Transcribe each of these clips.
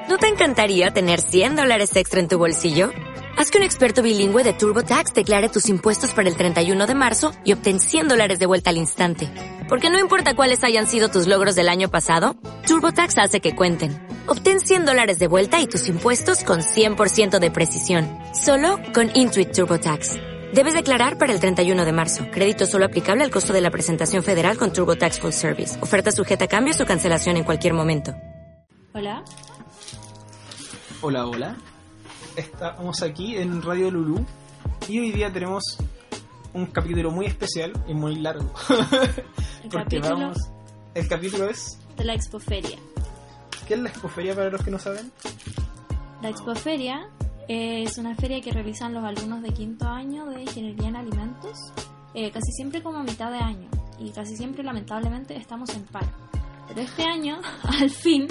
¿No te encantaría tener $100 extra en tu bolsillo? Haz que un experto bilingüe de TurboTax declare tus impuestos para el 31 de marzo y obtén $100 de vuelta al instante. Porque no importa cuáles hayan sido tus logros del año pasado, TurboTax hace que cuenten. Obtén $100 de vuelta y tus impuestos con 100% de precisión. Solo con Intuit TurboTax. Debes declarar para el 31 de marzo. Crédito solo aplicable al costo de la presentación federal con TurboTax Full Service. Oferta sujeta a cambios o cancelación en cualquier momento. Hola. Hola, hola. Estamos aquí en Radio Lulú y hoy día tenemos un capítulo muy especial y muy largo. El capítulo es de la Expoferia. ¿Qué es la Expoferia para los que no saben? La Expoferia es una feria que realizan los alumnos de quinto año de Ingeniería en Alimentos, casi siempre como a mitad de año, y casi siempre lamentablemente estamos en paro. Pero este año, al fin,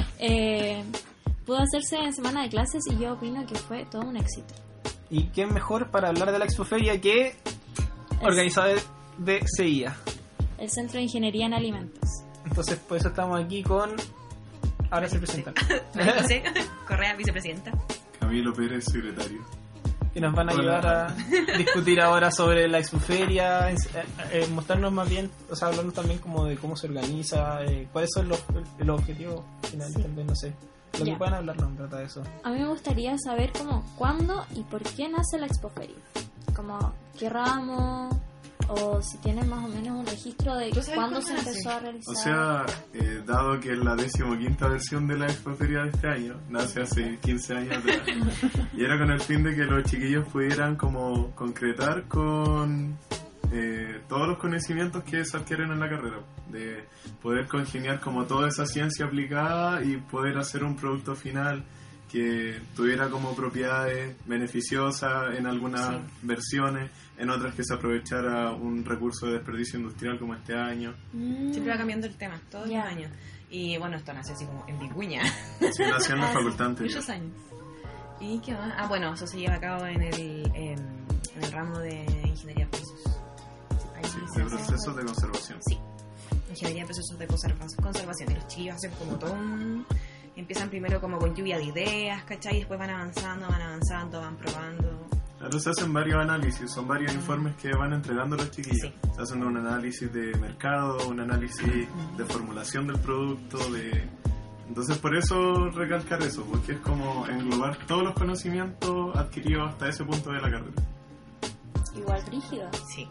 pudo hacerse en semana de clases y yo opino que fue todo un éxito. ¿Y qué mejor para hablar de la Expoferia que organizada de CIA? El Centro de Ingeniería en Alimentos. Entonces, por eso estamos aquí con... Ahora se presentan. María José Correa, vicepresidenta. Camilo Pérez, secretario. Y nos van a ayudar a discutir ahora sobre la Expoferia, mostrarnos más bien, o sea, hablarnos también como de cómo se organiza, cuáles son los objetivos finales, sí. También, no sé. Lo que puedan hablarnos, en trata de eso. A mí me gustaría saber cuándo y por qué nace la Expoferia. Como qué ramo, o si tienen más o menos un registro de cuándo se empezó a realizar. O sea, dado que es la 15ª versión de la Expoferia de este año, nace hace 15 años atrás, y era con el fin de que los chiquillos pudieran como concretar con todos los conocimientos que se adquieren en la carrera, de poder congeniar como toda esa ciencia aplicada y poder hacer un producto final que tuviera como propiedades beneficiosas en algunas versiones, en otras que se aprovechara un recurso de desperdicio industrial como este año. Siempre va cambiando el tema, todos los años. Y bueno, esto nace así como en Vicuña. Sí, nació en la facultad anterior. Muchos años. ¿Y qué más? Bueno, eso se lleva a cabo en el ramo de Ingeniería de Procesos. De procesos de conservación. Sí, Ingeniería de Procesos de conservación. Y los chiquillos hacen como todo empiezan primero como con lluvia de ideas, ¿cachai? Y después van avanzando, van probando. Claro, se hacen varios análisis, son varios informes que van entregando los chiquillos. Sí. Se hacen un análisis de mercado, un análisis de formulación del producto, Entonces por eso recalcar eso, porque es como englobar todos los conocimientos adquiridos hasta ese punto de la carrera. Igual rígido. Sí.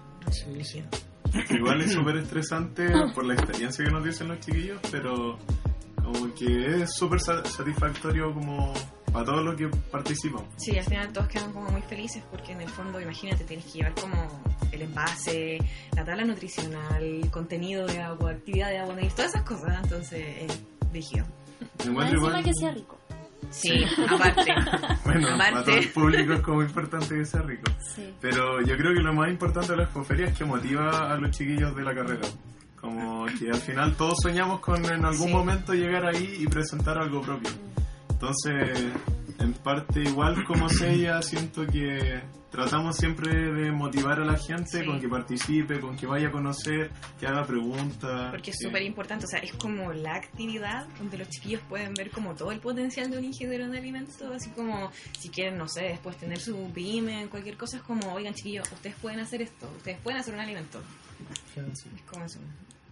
Igual es súper estresante por la experiencia que nos dicen los chiquillos, pero como que es súper satisfactorio como para todos los que participan. Sí, al final todos quedan como muy felices porque en el fondo, imagínate, tienes que llevar como el envase, la tabla nutricional, contenido de agua, actividad de agua, todas esas cosas, entonces es rígido. Encima que sea rico. Sí, aparte. Bueno, para todo el público es como importante que sea rico. Sí. Pero yo creo que lo más importante de la Expoferia es que motiva a los chiquillos de la carrera. Como que al final todos soñamos con en algún momento llegar ahí y presentar algo propio. Entonces, en parte igual como Sella, siento que tratamos siempre de motivar a la gente con que participe, con que vaya a conocer, que haga preguntas. Porque es súper importante, o sea, es como la actividad donde los chiquillos pueden ver como todo el potencial de un ingeniero en alimentos, así como si quieren, no sé, después tener su pyme, cualquier cosa, es como, oigan chiquillos, ustedes pueden hacer esto, ustedes pueden hacer un alimento. Es como eso.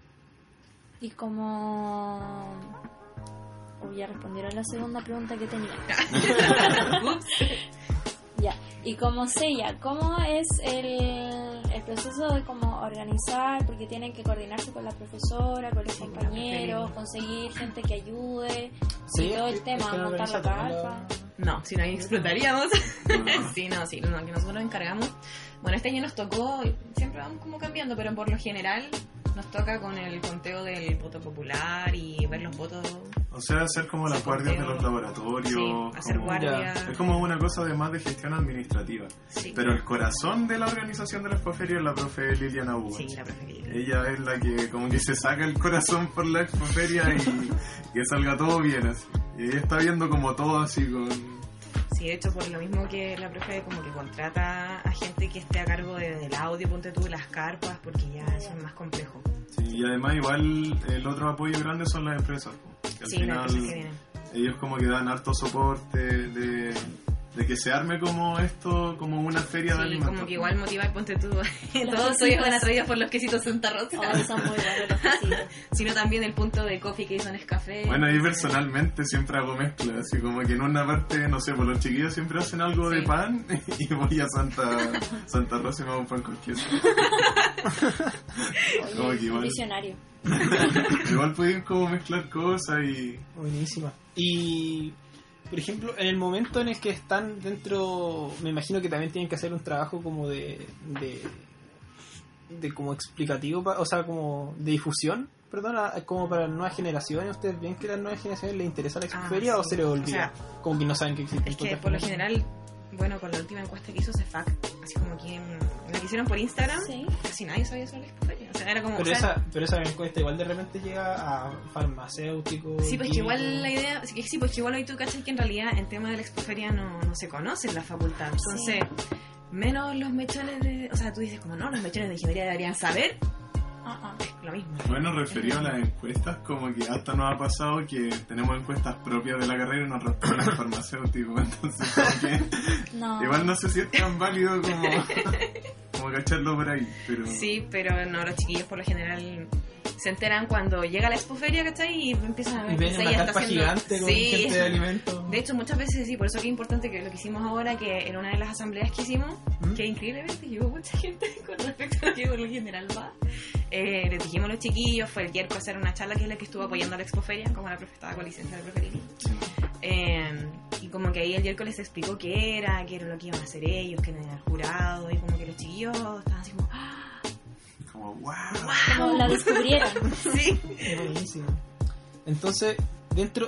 Y como... ya respondieron la segunda pregunta que tenía. Ya. Y como Sella, ¿cómo es el proceso de cómo organizar? Porque tienen que coordinarse con la profesora, con los compañeros, conseguir gente que ayude, y todo el tema, montar la carpa. No, si no ahí explotaríamos. Sí, que nosotros nos encargamos. Bueno, este año nos tocó, siempre vamos como cambiando, pero por lo general nos toca con el conteo del voto popular y ver los votos. O sea, hacer como las guardias de los laboratorios. Sí, hacer guardias. Es como una cosa de más de gestión administrativa. Sí. Pero el corazón de la organización de la Expoferia es la profe Liliana Hugo. Sí, la profe Liliana. Ella es la que como que se saca el corazón por la Expoferia y que salga todo bien así. Y ella está viendo como todo así con... Sí, de hecho, por lo mismo que la profe como que contrata a gente que esté a cargo del audio, ponte tú, las carpas, porque ya eso es más complejo. Sí, y además igual el otro apoyo grande son las empresas. Que al final, las empresas que vienen. ellos como que dan harto soporte de que se arme como esto, como una feria de alimentos. Como que igual motiva y ponte tú. Todos soy van atraídos por los quesitos Santa Rosa. Son muy buenos los quesitos. Sino también el punto de coffee que hizo Nescafé. Bueno, yo personalmente siempre hago mezclas, así como que en una parte, no sé, pues los chiquillos siempre hacen algo de pan y voy a Santa Rosa y me hago un pan con queso. Como que igual, visionario. igual pueden como mezclar cosas y... Buenísima. Y... Por ejemplo, en el momento en el que están dentro, me imagino que también tienen que hacer un trabajo como de como explicativo, o sea, como de difusión, perdón, como para las nuevas generaciones. ¿Ustedes ven que a las nuevas generaciones les interesa la expoferia o se les olvida? O sea, como que no saben que existe. Es que por lo general, bueno, con la última encuesta que hizo CEFAC, así como que la que hicieron por Instagram, casi nadie sabía sobre la expoferia. O sea, era como... Pero esa encuesta igual de repente llega a farmacéuticos. Sí, pues que igual la idea... Sí, pues que igual hoy tú cachas que en realidad en tema de la expoferia no se conoce en la facultad. Entonces, menos los mechones de... O sea, tú dices como, no, los mechones de ingeniería deberían saber. Es lo mismo. Bueno, referido a las encuestas, como que hasta nos ha pasado que tenemos encuestas propias de la carrera y nos responden farmacéuticos, entonces como que igual no sé si es tan válido como cacharlo por ahí, pero... Sí, pero no, los chiquillos por lo general se enteran cuando llega la expoferia, ¿cachai? Y empiezan a ver que ella está haciendo... gigante con gente de alimentos. De hecho, muchas veces sí, por eso que es importante que lo que hicimos ahora, que en una de las asambleas que hicimos, que increíblemente llegó mucha gente con respecto a que por lo general va. Les dijimos a los chiquillos, fue el Yerko a hacer una charla que es la que estuvo apoyando a la expoferia, como la profe estaba con licencia de profe Lili. Y como que ahí el Yerko les explicó qué era lo que iban a hacer ellos, que eran el jurado, y como que los chiquillos estaban así como... Como wow. Como la descubrieron. Sí. Buenísimo. Entonces, dentro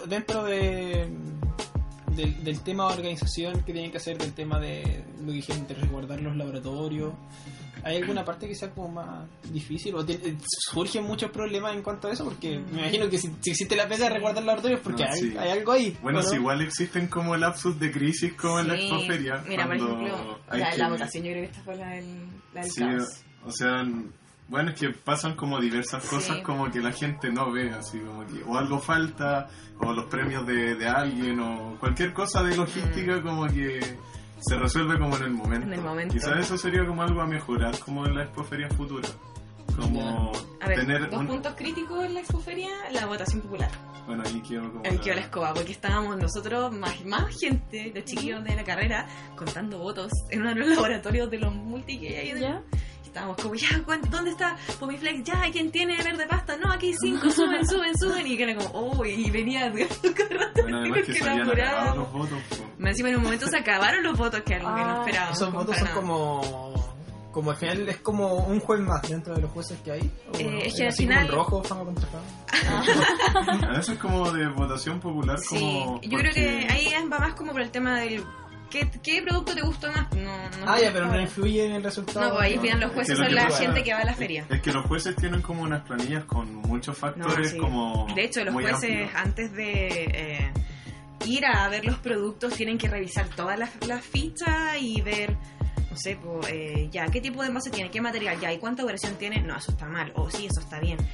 del tema de organización que tienen que hacer, del tema de lo que dijeron, de resguardar los laboratorios, ¿hay alguna parte que sea como más difícil? ¿O surgen muchos problemas en cuanto a eso? Porque me imagino que si existe la pega de resguardar laboratorios, porque hay algo ahí. Bueno, si igual existen como lapsus de crisis como en la expoferia. Mira, por ejemplo, la votación, yo creo que esta fue la del caos. O sea... Bueno, es que pasan como diversas cosas como que la gente no ve, así como que o algo falta, o los premios de alguien, o cualquier cosa de logística como que se resuelve como en el momento. Quizás eso sería como algo a mejorar como en la expoferia futura. Como a ver, tener dos puntos críticos en la expoferia, la votación popular. Bueno, ahí quedó como... Ahí quedó la escoba, porque estábamos nosotros, más gente, los chiquillos de la carrera, contando votos en uno de los laboratorios de los multi que hay en estábamos como, ¿dónde está Pomiflex? Ya, ¿quién tiene verde pasta? No, aquí hay 5, suben. Y que era como, y venía de bueno, además que se habían acabado los votos. Encima en un momento se acabaron los votos, que algo que no esperábamos. Esos votos son como al final es como un juez más dentro de los jueces que hay. Es que al así final... como el rojo, fama contra fama. A veces es como de votación popular. Sí, como yo creo que ahí va más como por el tema del... ¿Qué producto te gustó más? Pero no influye en el resultado. No, pues ahí final los jueces son la gente que va a la feria. Es que los jueces tienen como unas planillas con muchos factores como... De hecho, los jueces amplios. Antes de ir a ver los productos tienen que revisar todas las fichas y ver, no sé, qué tipo de envase tiene, qué material, y cuánta duración tiene. No, eso está mal, o sí, eso está bien.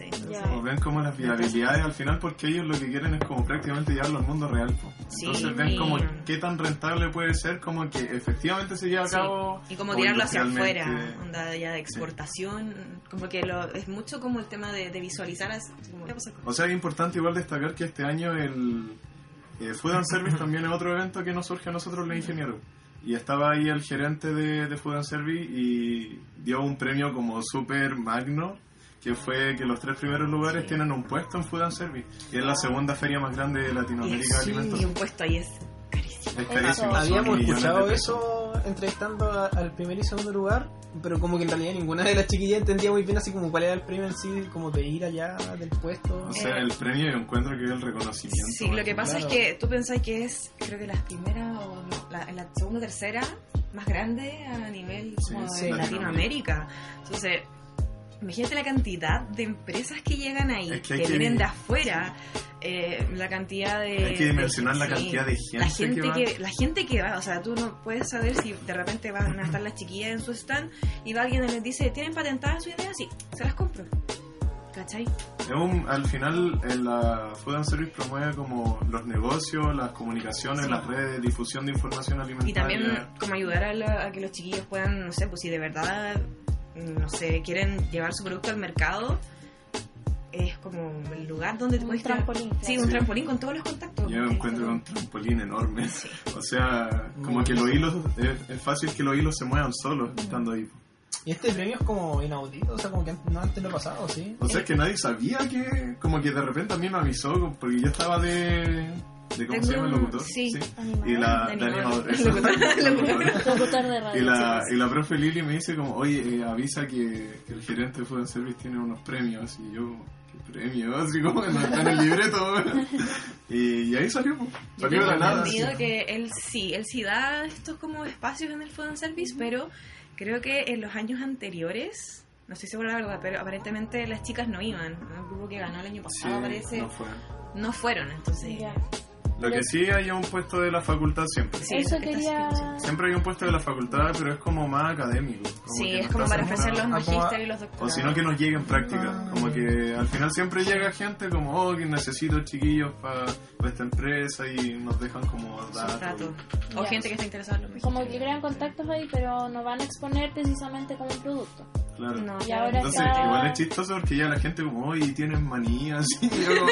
O ven como las viabilidades al final, porque ellos lo que quieren es como prácticamente llevarlo al mundo real. Entonces ven como qué tan rentable puede ser, como que efectivamente se lleva a cabo. Y como tirarlo hacia afuera, onda ya de exportación, como que es mucho como el tema de visualizar. O sea, es importante igual destacar que este año el Food and Service también es otro evento que nos surge a nosotros los ingenieros. Y estaba ahí el gerente de Food and Service y dio un premio como super magno, que fue que los 3 primeros lugares tienen un puesto en Food and Service. Y es la segunda feria más grande de Latinoamérica de alimentos. Y un puesto ahí es carísimo. Es carísimo. Habíamos escuchado eso entrevistando al primer y segundo lugar, pero como que en realidad ninguna de las chiquillas entendía muy bien así como cuál era el premio en sí, como de ir allá del puesto. O sea, el premio yo encuentro que es el reconocimiento. Sí, lo que pasa es que tú pensás que es, creo que la primera o la segunda o tercera más grande a nivel como de Latinoamérica. Entonces... Imagínate la cantidad de empresas que llegan ahí, que vienen de afuera, la cantidad de... Hay que dimensionar la cantidad de gente, la gente que va, o sea, tú no puedes saber si de repente van a estar las chiquillas en su stand y va alguien y les dice, ¿tienen patentadas su idea? Sí, se las compro. ¿Cachai? Al final la Food and Service promueve como los negocios, las comunicaciones, las redes, difusión de información alimentaria. Y también como ayudar a que los chiquillos puedan, no sé, pues si de verdad, no sé, quieren llevar su producto al mercado, es como el lugar donde te puedes trampolín. Sí, un trampolín con todos los contactos. Yo me encuentro con un trampolín enorme. Sí. O sea, como que los hilos, es fácil que los hilos se muevan solos estando ahí. Y este premio es como inaudito, o sea, como que antes no ha pasado, ¿sí? O sea, es que nadie sabía que... Como que de repente a mí me avisó, porque yo estaba de ¿cómo se llama el locutor? Sí. Y la animador. Locutor de radio. Y la profe Lili me dice como, oye, avisa que el gerente de Food and Service tiene unos premios. Y yo, ¿qué premio? Así como que no está en el libreto. y ahí salió, pues. Salió de la nada. Yo tengo entendido que él sí da estos como espacios en el Food and Service, pero creo que en los años anteriores, no estoy segura la verdad, pero aparentemente las chicas no iban. El grupo que ganó el año pasado, parece, no fueron, entonces... Ya. Lo que sí hay un puesto de la facultad siempre. Sí, Eso quería... Siempre hay un puesto de la facultad, pero es como más académico. Sí, es como para ofrecer los magísteres y los doctorados. O si no, que nos lleguen prácticas. Como que al final siempre llega gente como, oh, que necesito chiquillos para esta empresa y nos dejan como datos. O gente que está interesada en los magísteres. Como que crean contactos ahí, pero no van a exponer precisamente como un producto. Claro. No, y ahora entonces está... igual es chistoso porque ya la gente como, oye, tienen manías. Y yo,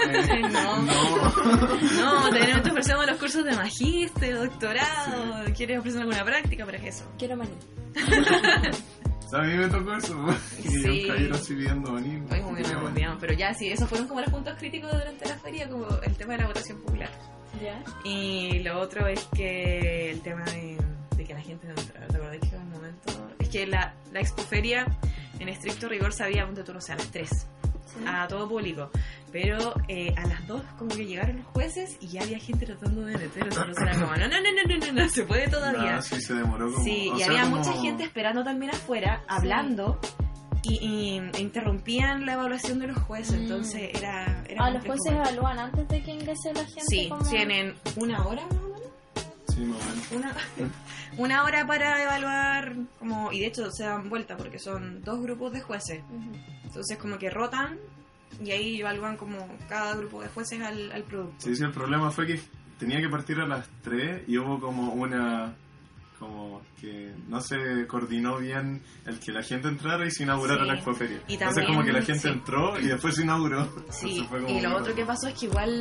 no, te ofrecemos los cursos de magíster, doctorado, ¿quieres ofrecer alguna práctica? Pero es eso. Quiero maní. O sea, a mí me tocó eso. Y Sí. un caballero así pidiendo maní. Ay, muy bien, muy bien. Pero ya, sí, esos fueron como los puntos críticos durante la feria, como el tema de la votación popular. ¿Ya? Y lo otro es que el tema de que la gente no entrara. ¿Te acordás que en un momento? Es que la expoferia, en estricto rigor, se había punto turno, o sea, a las 3. Sí. A todo público. Pero a las 2 como que llegaron los jueces y ya había gente tratando de meter. Entonces era como, no, se puede todavía. Ah, sí, se demoró como... Sí, o y sea, había como... mucha gente esperando también afuera, hablando, y interrumpían la evaluación de los jueces. Entonces era Los jueces evalúan antes de que ingrese la gente. Sí, como... tienen una hora más o menos. Sí, más o menos. Una hora para evaluar, como, y de hecho se dan vuelta porque son 2 grupos de jueces. Entonces como que rotan y ahí evalúan como cada grupo de jueces al producto. Sí, el problema fue que tenía que partir a las 3 y hubo como como que no se coordinó bien el que la gente entrara y se inaugurara la expoferia. Y entonces también, como que la gente entró y después se inauguró. Sí, fue como y lo otro que pasó es que igual...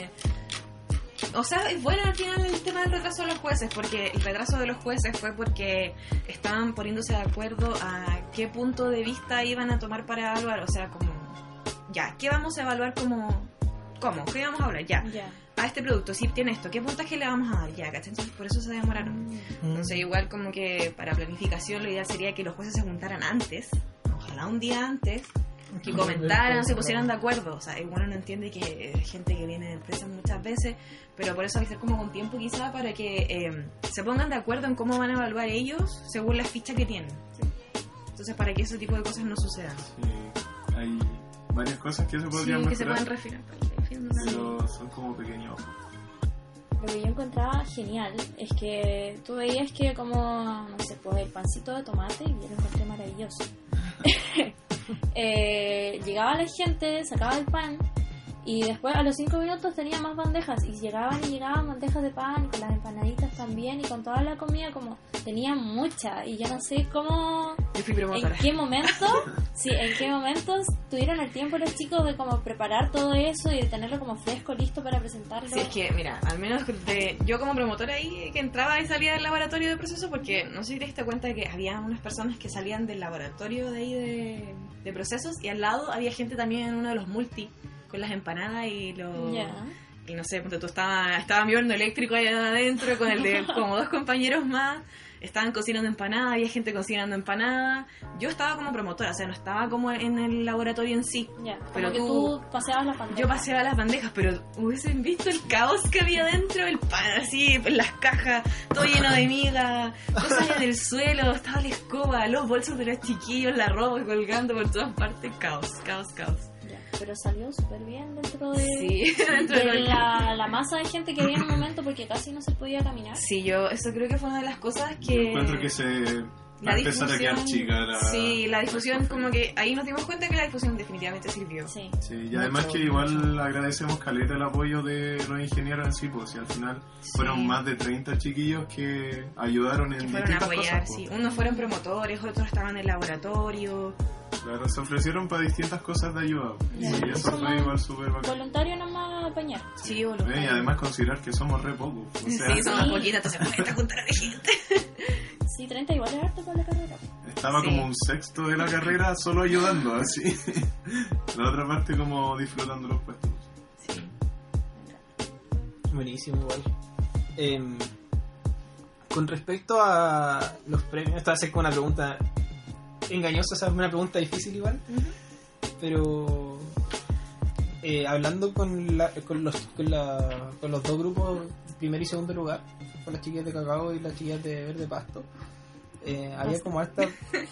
o sea, es bueno al final el tema del retraso de los jueces, porque el retraso de los jueces fue porque estaban poniéndose de acuerdo a qué punto de vista iban a tomar para evaluar. O sea, como, ya, ¿qué vamos a evaluar como... ¿Cómo? ¿Qué vamos a hablar? Ya. A este producto, si tiene esto, ¿qué puntaje le vamos a dar? Ya, ¿cachai? Entonces por eso se demoraron. Entonces igual como que para planificación lo ideal sería que los jueces se juntaran antes, ojalá un día antes, que comentaran, se pusieran de acuerdo. O sea, igual uno entiende que hay gente que viene de empresas muchas veces, pero por eso hay que ser como con tiempo quizá para que se pongan de acuerdo en cómo van a evaluar ellos según las fichas que tienen. Entonces para que ese tipo de cosas no sucedan. Sí, hay varias cosas que se podrían mejorar, que se pueden refinar. Pero son como pequeños. Lo que yo encontraba genial es que tú veías que como, no sé, pues el pancito de tomate, y yo lo encontré maravilloso. Llegaba la gente, sacaba el pan y después a los 5 minutos tenía más bandejas y llegaban bandejas de pan con las empanaditas también y con toda la comida, como tenía mucha, y yo no sé cómo, en qué momentos tuvieron el tiempo los chicos de como preparar todo eso y de tenerlo como fresco, listo para presentarlo. Sí, es que mira, al menos yo como promotora ahí que entraba y salía del laboratorio de proceso, porque no sé si te diste cuenta de que había unas personas que salían del laboratorio de ahí de procesos y al lado había gente también en uno de los multi con las empanadas y los... Y no sé, tú estaba mi horno eléctrico allá adentro con el de como 2 compañeros más. Estaban cocinando empanadas, había gente cocinando empanadas. Yo estaba como promotora, o sea, no estaba como en el laboratorio en sí. Pero que tú paseabas las bandejas. Yo paseaba las bandejas, pero hubiesen visto el caos que había dentro, el pan así, las cajas, todo lleno de miga, cosas en el suelo, estaba la escoba, los bolsos de los chiquillos, la ropa colgando por todas partes, caos. Pero salió súper bien dentro de, dentro de la masa de gente que había en un momento, porque casi no se podía caminar. Sí, eso creo que fue una de las cosas que... Encuentro que se la empezar a quedar chica. Sí, la difusión, como que ahí nos dimos cuenta que la difusión definitivamente sirvió. Sí. Sí, y además que igual agradecemos caleta el apoyo de los ingenieros en sí, pues, y al final fueron más de 30 chiquillos que ayudaron en Que fueron a distintas apoyar, cosas. sí. Pues. Unos fueron promotores, otros estaban en el laboratorio. Claro, se ofrecieron para distintas cosas de ayuda. Ya. Y eso fue igual súper bacán. Voluntario nomás apañar. Sí, Y voluntarios. además considerar que somos re pocos. O sea, Sí, somos poquitas, entonces cuesta juntar a la gente. Sí, 30 igual es harto para la carrera. estaba Sí. como un sexto de la carrera solo ayudando, así. La otra parte como disfrutando los puestos. Sí. Buenísimo, igual. Con respecto a los premios, esta va a ser como una pregunta engañosa, o sea, una pregunta difícil igual, pero hablando con los dos grupos, primer y segundo lugar, con las chiquillas de Cacao y las chiquillas de Verde Pasto, había como harta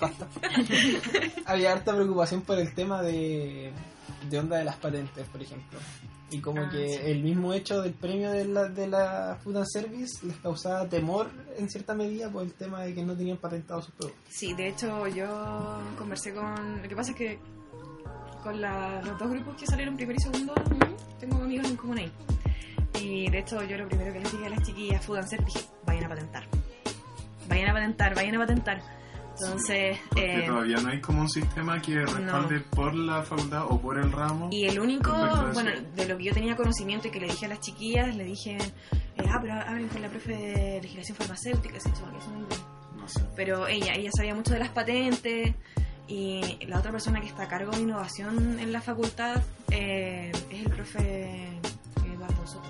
había harta preocupación por el tema de onda de las patentes, por ejemplo, y como que sí. el mismo hecho del premio de la Food and Service les causaba temor en cierta medida por el tema de que no tenían patentado sus productos. Sí, de hecho yo conversé con... Lo que pasa es que con los dos grupos que salieron primero y segundo, tengo amigos en común ahí. Y de hecho yo lo primero que les dije a las chiquillas Food and Service, dije, vayan a patentar. Vayan a patentar, vayan a patentar. Entonces... Porque todavía no hay como un sistema que respalde por la facultad o por el ramo. Y el único, Respecto a eso. bueno, de lo que yo tenía conocimiento y que le dije a las chiquillas, le dije, pero hablen con la profe de legislación farmacéutica, que No sé. pero ella sabía mucho de las patentes, y la otra persona que está a cargo de innovación en la facultad es el profe Eduardo Soto.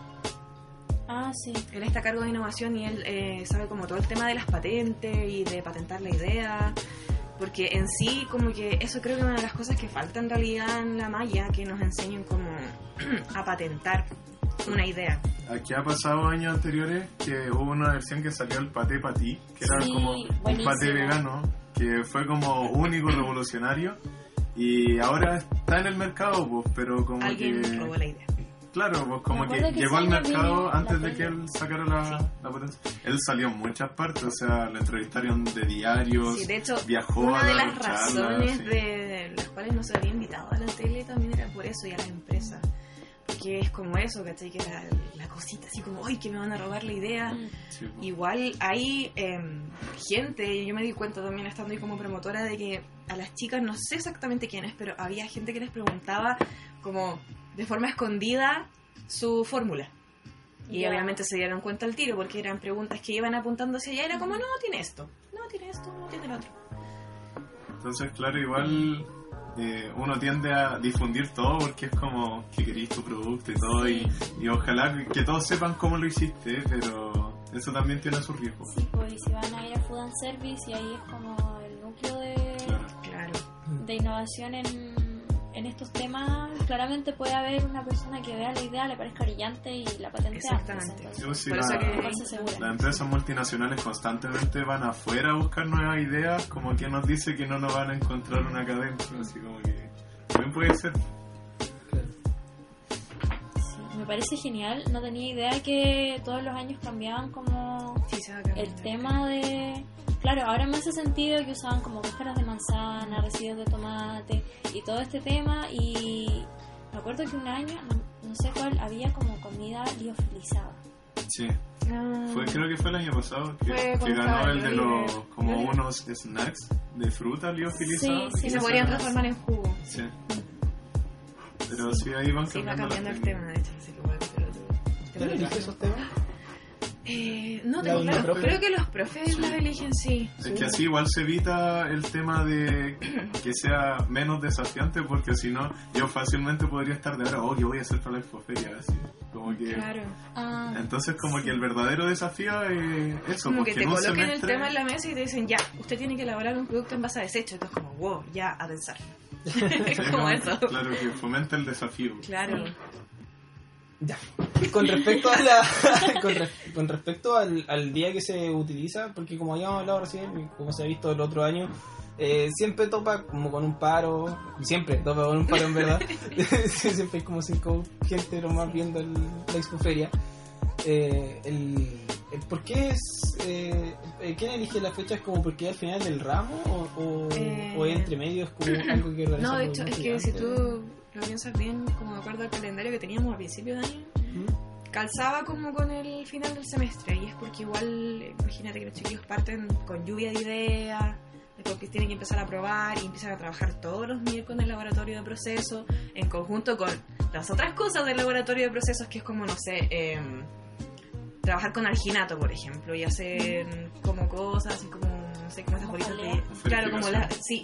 Ah, sí. Él está a cargo de innovación y él sabe como todo el tema de las patentes y de patentar la idea, porque en sí como que eso creo que es una de las cosas que falta en realidad en la malla, que nos enseñen como a patentar una idea. Aquí ha pasado años anteriores que hubo una versión que salió el paté patí, que era Sí, como un buenísimo. paté vegano, que fue como único, revolucionario, y ahora está en el mercado, pues, pero como Alguien que... robó la idea. Claro, pues como Me que acuerdo que llegó al ese año mercado vino antes la de que tele. él sacara la potencia. Él salió en muchas partes, o sea, lo entrevistaron de diarios, Sí, de hecho, viajó una a de dar las charlas, razones sí. de las cuales no se había invitado a la tele también era por eso y a la empresa. Porque es como eso, ¿cachai? Que era la cosita así como, ¡ay, que me van a robar la idea! Sí, pues. Igual hay gente, y yo me di cuenta también estando ahí como promotora de que a las chicas, no sé exactamente quiénes, pero había gente que les preguntaba como de forma escondida su fórmula. Y Ya. obviamente se dieron cuenta al tiro porque eran preguntas que iban apuntando hacia allá. Era como, no, tiene esto, no tiene esto, no tiene lo otro. Entonces, claro, igual uno tiende a difundir todo porque es como que querís tu producto y todo, y ojalá que todos sepan cómo lo hiciste, pero eso también tiene sus riesgos. Sí, pues y si van a ir a Food and Service, y ahí es como el núcleo Claro. Claro. de innovación en estos temas, claramente puede haber una persona que vea la idea, le parezca brillante y la patente Exactamente. antes. Sí, pues, sí, Por eso que- Mejor se asegura. las empresas multinacionales constantemente van afuera a buscar nuevas ideas, como que nos dice que no nos van a encontrar una acá adentro, así como que también puede ser. Sí, me parece genial, no tenía idea que todos los años cambiaban como Sí, se va a cambiar. el tema de... Claro, ahora me hace sentido que usaban como cáscaras de manzana, residuos de tomate y todo este tema, y me acuerdo que un año, no sé cuál, había como comida liofilizada. Sí, Ah, creo que fue el año pasado que Fue cuando ganó estaba el de Gloria. los, como Gloria. unos snacks de fruta liofilizados. Sí, y se podrían transformar en jugo. Sí. Pero sí, ahí van Sí, va cambiando cambiando las el técnicas. tema, de hecho, así que bueno, ¿Quién elige esos temas? no ¿La tengo misma claro, profe? creo que los profes las eligen, sí. Es que así igual se evita el tema de que sea menos desafiante, porque si no, yo fácilmente podría estar de ahora, ¿qué voy a hacer para la expoferia? Así, como que... Claro. Ah, Entonces como que el verdadero desafío es eso, Como que porque te en un coloquen el semestre... tema en la mesa y te dicen, ya, usted tiene que elaborar un producto en base a desecho. Entonces como, wow, ya, a pensar. Sí, Es como ¿no? eso. Claro, que fomenta el desafío. Claro. Sí. Ya. Con respecto a con respecto al día que se utiliza, porque como habíamos hablado recién, y como se ha visto el otro año, siempre topa como con un paro, siempre topa con un paro en verdad. Siempre hay como 5 gente nomás viendo la expoferia. ¿por qué es... ¿quién elige las fechas? ¿Como porque al final del ramo o entre medio es como algo que organiza? No, de hecho, es que si tú lo piensas bien, como de acuerdo al calendario que teníamos a principios de año, calzaba como con el final del semestre, y es porque igual, imagínate que los chiquillos parten con lluvia de ideas, porque tienen que empezar a probar y empiezan a trabajar todos los miércoles en el laboratorio de procesos, en conjunto con las otras cosas del laboratorio de procesos, que es como, no sé, trabajar con alginato, por ejemplo, y hacer como cosas, así como, no sé, como esas bolitas de... Claro, como las... Sí.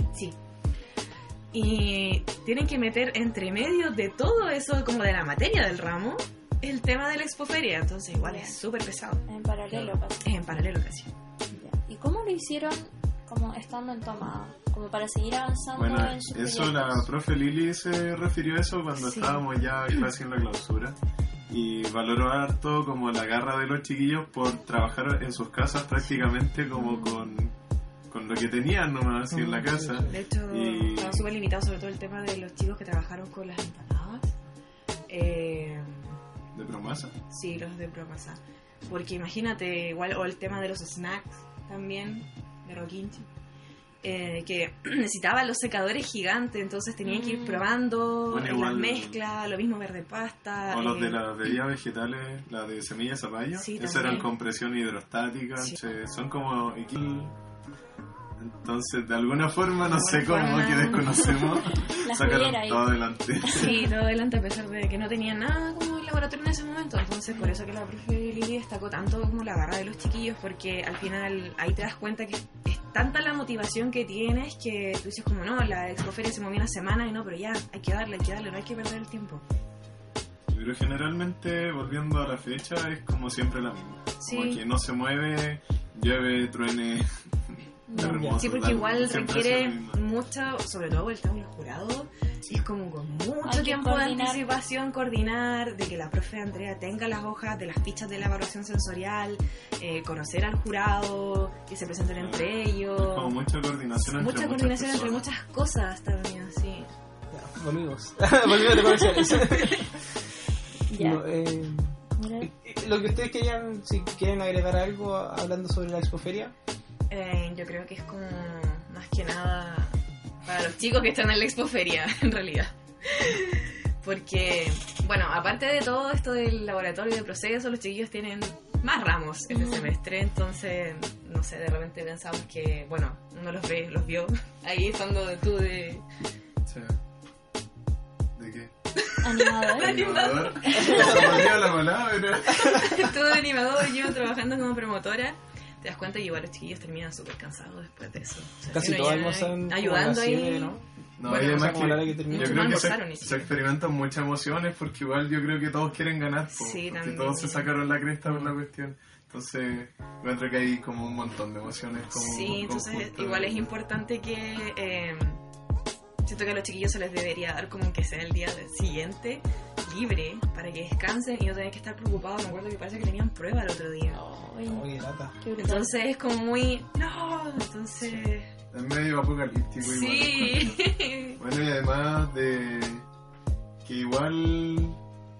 Y tienen que meter entre medio de todo eso, como de la materia del ramo, el tema de la expoferia, entonces igual es súper pesado. En paralelo, casi. Es en paralelo casi. Ya. ¿Y cómo lo hicieron como estando en toma? Como para seguir avanzando Bueno, en sus eso proyectos. la profe Lili se refirió a eso cuando Sí. estábamos ya casi en la clausura. Y valoró harto como la garra de los chiquillos por trabajar en sus casas prácticamente como con lo que tenían nomás así en la casa. De hecho, Y- estaban súper limitados, sobre todo el tema de los chicos que trabajaron con las empanadas. De promesa. Sí, los de Promasa. Porque imagínate, igual, o el tema de los snacks también, de Roquinchi, que necesitaban los secadores gigantes, entonces tenían que ir probando Bueno, las igual- mezclas, lo mismo verde pasta. O los de las bebidas vegetales, la de semillas zapallo. Sí, Esas también. eran con presión hidrostática. Sí. Son como equil. Entonces, de alguna forma, no sé cómo forma. que desconocemos, La sacaron juguera ahí. todo adelante. Sí, todo adelante a pesar de que no tenían nada como el laboratorio en ese momento. Entonces, por eso que la profe Lili destacó tanto como la garra de los chiquillos, porque al final ahí te das cuenta que es tanta la motivación que tienes que tú dices como, no, la expoferia se movió una semana y no, pero ya, hay que darle, no hay que perder el tiempo. Pero generalmente, volviendo a la fecha, es como siempre la misma. Sí. Como que no se mueve, llueve, truene, terremoto, Sí, porque tal, igual siempre requiere hace lo mismo. mucho, sobre todo el tema de los jurados, es como con Hay mucho que tiempo de coordinar. anticipación, coordinar, de que la profe Andrea tenga las hojas de las fichas de la evaluación sensorial, conocer al jurado, que se presenten entre ellos. Como mucha coordinación entre Mucha coordinación entre personas. muchas cosas también, sí. Ya, volvimos. Volvimos de comerciales. Ya. No, Mira, lo que ustedes querían, si quieren agregar algo hablando sobre la expoferia. Yo creo que es como más que nada para los chicos que están en la expoferia, en realidad. Porque, bueno, aparte de todo esto del laboratorio de procesos, los chiquillos tienen más ramos este semestre, entonces, no sé, de repente pensamos que, bueno, uno los vio ahí estando tú de... O sea, ¿de qué? animador. Animador. Se me olvidó la palabra. tú de animador y yo trabajando como promotora. Te das cuenta que igual los chiquillos terminan súper cansados después de eso. O sea, Casi uno todos ya almorzan como a ayudando las 7, ahí. ¿no? No, Bueno, y además o sea, como que la hora que termina. yo No creo que almorzaron ni se siquiera. experimentan muchas emociones porque igual yo creo que todos quieren ganar, po, Sí, porque también. todos se sacaron la cresta por la cuestión. Entonces, encuentro que hay como un montón de emociones. Como Sí, entonces conjuntas. igual es importante que siento que a los chiquillos se les debería dar como que sea el día siguiente libre para que descansen y no tengan que estar preocupados. Me acuerdo que parece que tenían prueba el otro día. Ay, Oye, lata. qué brutal. Entonces es como muy... No, entonces... Es medio apocalíptico igual. Sí. Bueno, y además de que igual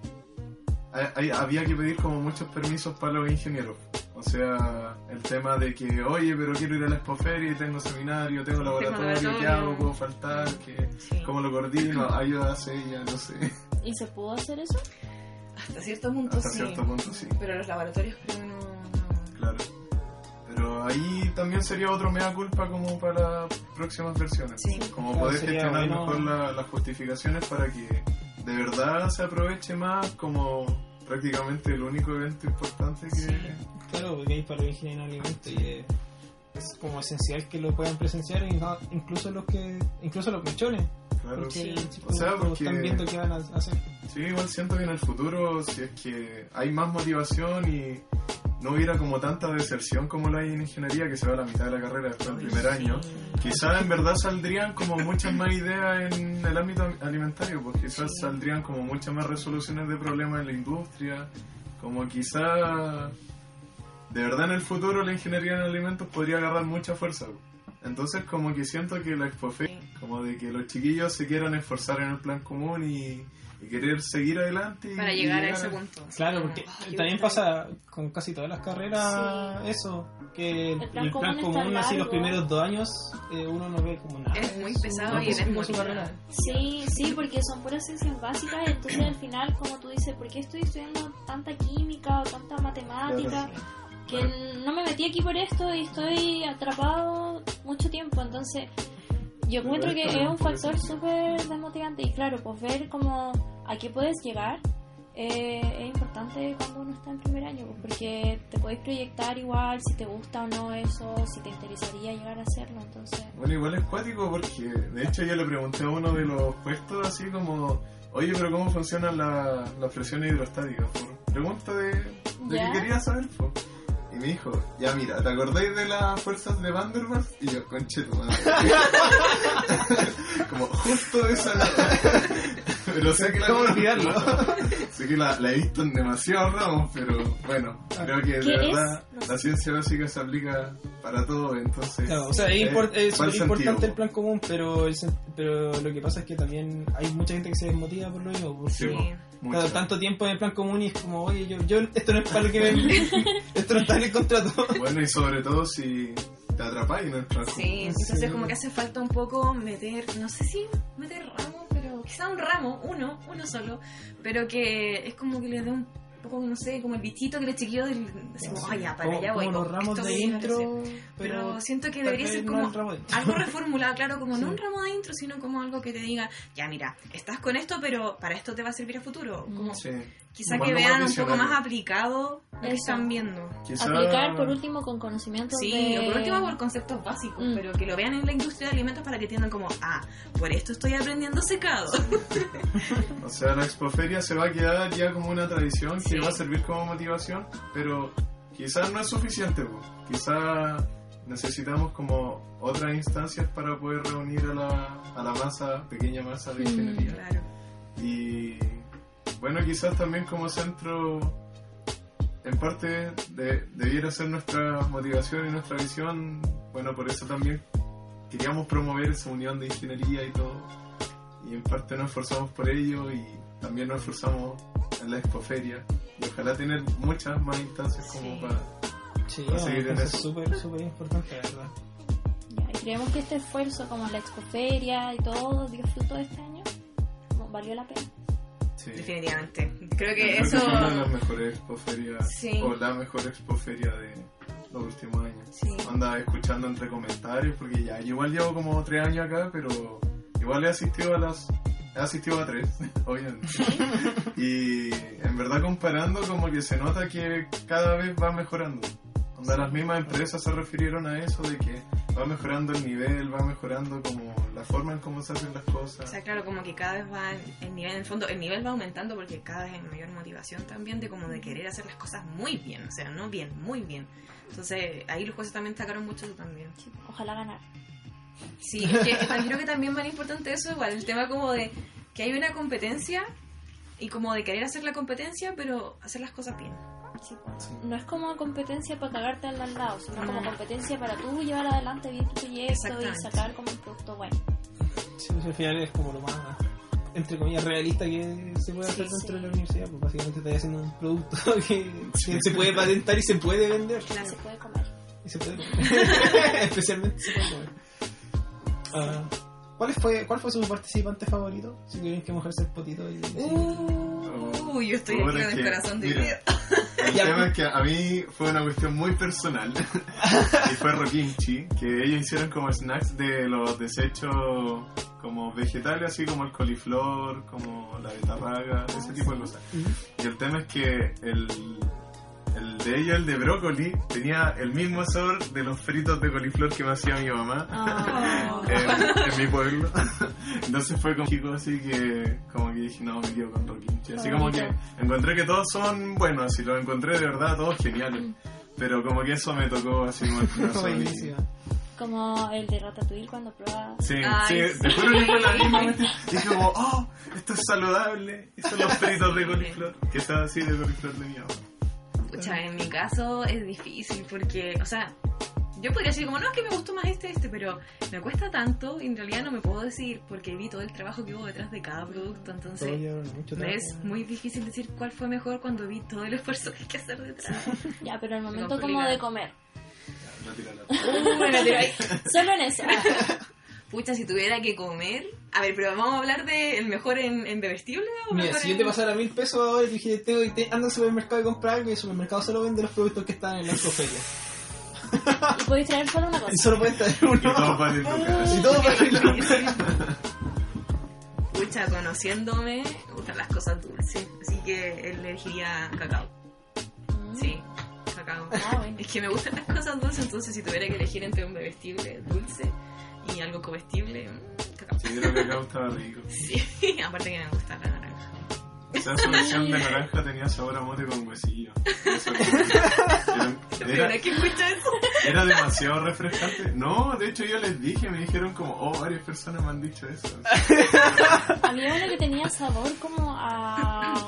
había que pedir como muchos permisos para los ingenieros. O sea, el tema de que, oye, pero quiero ir a la expoferia y tengo seminario, tengo laboratorio, ¿qué laboratorio. hago? ¿Puedo faltar? Sí. ¿Cómo lo coordino? Ayudas ella, no sé. ¿Y se pudo hacer eso? Hasta cierto punto Hasta sí. cierto punto sí, Pero los laboratorios creo que no... claro. Pero ahí también sería otro mea culpa como para las próximas versiones. Sí. Como Claro, poder sería gestionar bueno. mejor las justificaciones para que de verdad se aproveche más como prácticamente el único evento importante que... Claro, porque hay para los ingenieros en alimentos y es como esencial que lo puedan presenciar y no- incluso los mechones. Claro, Porque sí. el O sea, porque están viendo qué van a hacer. sí, igual siento que en el futuro, si es que hay más motivación y no hubiera como tanta deserción como lo hay en ingeniería, que se va a la mitad de la carrera después del primer año, quizás en verdad saldrían como muchas más ideas en el ámbito alimentario, pues quizás saldrían como muchas más resoluciones de problemas en la industria, como quizás de verdad en el futuro la ingeniería en alimentos podría agarrar mucha fuerza. Entonces como que siento que la Expofe, como de que los chiquillos se quieran esforzar en el plan común y y querer seguir adelante. Para y llegar a ese punto. Claro, porque también pasa con casi todas las carreras eso, que El plan el plan común está común, así los largo. primeros 2 años, uno no ve como nada. Es muy de su- pesado y de es su motivado. carrera. Sí, porque son puras ciencias básicas, entonces al final, como tú dices, ¿por qué estoy estudiando tanta química o tanta matemática? Que no me metí aquí por esto y estoy atrapado mucho tiempo, entonces yo encuentro que es un factor súper desmotivante y claro, pues ver como a qué puedes llegar es importante cuando uno está en primer año, pues, porque te podéis proyectar igual si te gusta o no eso, si te interesaría llegar a hacerlo, entonces... Bueno, igual es cuático porque de hecho yo le pregunté a uno de los puestos así como, oye, pero ¿cómo funcionan las presiones hidrostáticas? Por pregunta de ¿Ya? que quería saber, po. Y me dijo, ya mira, ¿te acordáis de las fuerzas de Van der Waals? Y yo, conche tu madre. Como justo esa pero sé que la ¿Cómo olvidarlo? sé que la he visto en demasiados ramos, pero bueno, creo que de ¿Qué verdad es? la ciencia básica se aplica para todo, entonces... Claro, o sea, es va súper el sentido, importante el po. plan común, pero lo que pasa es que también hay mucha gente que se desmotiva por lo mismo, porque Sí, po, mucho. cada tanto tiempo en el plan común y es como, oye, yo esto no es para lo que esto no está en el contrato. Bueno, y sobre todo si te atrapáis en el trabajo. Sí, entonces como que hace falta un poco meter, no sé si meter ramo, pero quizá un ramo, uno solo, pero que es como que le dé un poco, no sé, como el bichito que los chiquillos así como, ay, ya, para allá voy. Como los ramos esto de que quiero intro, hacer. Pero siento que debería ser no como el ramo de intro. algo reformulado, claro, como Sí. no un ramo de intro, sino como algo que te diga, ya mira, estás con esto, pero para esto te va a servir a futuro. Como Sí. quizá Como que algo vean más un poco visionario. más aplicado lo que Eso. están viendo. Quizá... Aplicar por último con conocimientos Sí, de... o por último por conceptos básicos, Mm. pero que lo vean en la industria de alimentos para que entiendan como, por esto estoy aprendiendo secado. O sea, la expoferia se va a quedar ya como una tradición que Sí. va a servir como motivación, pero quizás no es suficiente, po. Quizás necesitamos como otras instancias para poder reunir a la masa, pequeña masa de ingeniería. Claro. Y bueno, quizás también como centro, en parte debiera ser nuestra motivación y nuestra visión. Bueno, por eso también queríamos promover esa unión de ingeniería y todo. Y en parte nos esforzamos por ello y también nos esforzamos en la expoferia. Y ojalá tener muchas más instancias como Sí. para... Sí, Va a seguir en eso es eso. súper importante, la verdad. Ya, y creemos que este esfuerzo como la expoferia y todo dio fruto este año, como valió la pena. Sí. Definitivamente. Creo que Creo eso... es una de las mejores expoferias, Sí. o la mejor expoferia de los últimos años. Sí. Anda escuchando entre comentarios, porque ya yo igual llevo como 3 años acá, pero igual he asistido a 3, obviamente. Y en verdad comparando como que se nota que cada vez va mejorando. Onda, las mismas empresas se refirieron a eso, de que va mejorando el nivel, va mejorando como la forma en cómo se hacen las O cosas. sea, claro, como que cada vez va el nivel, en el fondo, el nivel va aumentando porque cada vez hay mayor motivación también de como de querer hacer las cosas muy bien, o sea, no bien, muy bien. Entonces, ahí los jueces también sacaron mucho eso también. Sí, ojalá ganar. Sí, es que creo que también es importante eso, igual, el tema como de que hay una competencia y como de querer hacer la competencia, pero hacer las cosas bien. Sí, pues. No es como competencia para cagarte al lado, sino No. como competencia para tú llevar adelante bien tu proyecto y Exactamente. sacar como un producto bueno. Sí, pues, al final es como lo más, entre comillas, realista que se puede hacer Sí, dentro sí. de la universidad, pues básicamente estás haciendo un producto que se puede patentar y se puede vender. Claro. Se puede comer. Y se puede comer. Especialmente se puede comer. ¿Cuál fue su participante favorito? Si tuvieran que mojarse el potito y... Yo estoy aquí Ahora con es el que, corazón mira, dividido. El tema es que a mí fue una cuestión muy personal y fue Rokimchi, que ellos hicieron como snacks de los desechos como vegetales, así como el coliflor, como la betarraga, ese tipo de cosas. Y el tema es que el de ellos, el de brócoli, tenía el mismo sabor de los fritos de coliflor que me hacía mi mamá en mi pueblo. Entonces fue como chico, así que como que dije, no, me quedo con Rokimchi. Así como que encontré que todos son buenos, así los encontré de verdad todos geniales. Pero como que eso me tocó así como el corazón. Buenísima. Como el de Ratatouille cuando prueba... Sí, Ay, sí, te juro que fue la misma cuestión. Dije como, oh, esto es saludable. Y son los fritos de coliflor, que estaba así de coliflor de mi mamá. Pucha, en mi caso es difícil porque, o sea, Yo podría decir como, no, es que me gustó más este, pero me cuesta tanto y en realidad no me puedo decir porque vi todo el trabajo que hubo detrás de cada producto, entonces Todo lleva mucho me trabajo. es muy difícil decir cuál fue mejor cuando vi todo el esfuerzo que hay que hacer detrás. Ya, pero el momento complica. como de comer. No tira la Bueno, pero ahí- Solo en eso. pucha, si tuviera que comer... A ver, pero vamos a hablar de el mejor en bebestible o Mira, mejor si yo en... te pasara 1.000 pesos ahora y te dije, anda al supermercado y compra algo, y el supermercado solo vende los productos que están en la expoferia. Y podéis traer solo una cosa. Y solo pueden traer Y uno. todo para ir a tu casa. Y todo para ir a tu casa. Pucha, conociéndome, me gustan las cosas dulces, así que elegiría cacao. Sí, cacao. Ah, bueno. Es que me gustan las cosas dulces, entonces si tuviera que elegir entre un bebestible dulce y algo comestible, cacao. Sí, creo que acá estaba rico. Sí, aparte que me gusta la naranja. Esa solución de naranja tenía sabor a mote con huesillo. Eso Primera que escucho eso. era demasiado refrescante. No, de hecho yo les dije, me dijeron como, varias personas me han dicho eso. Había uno que tenía sabor como a...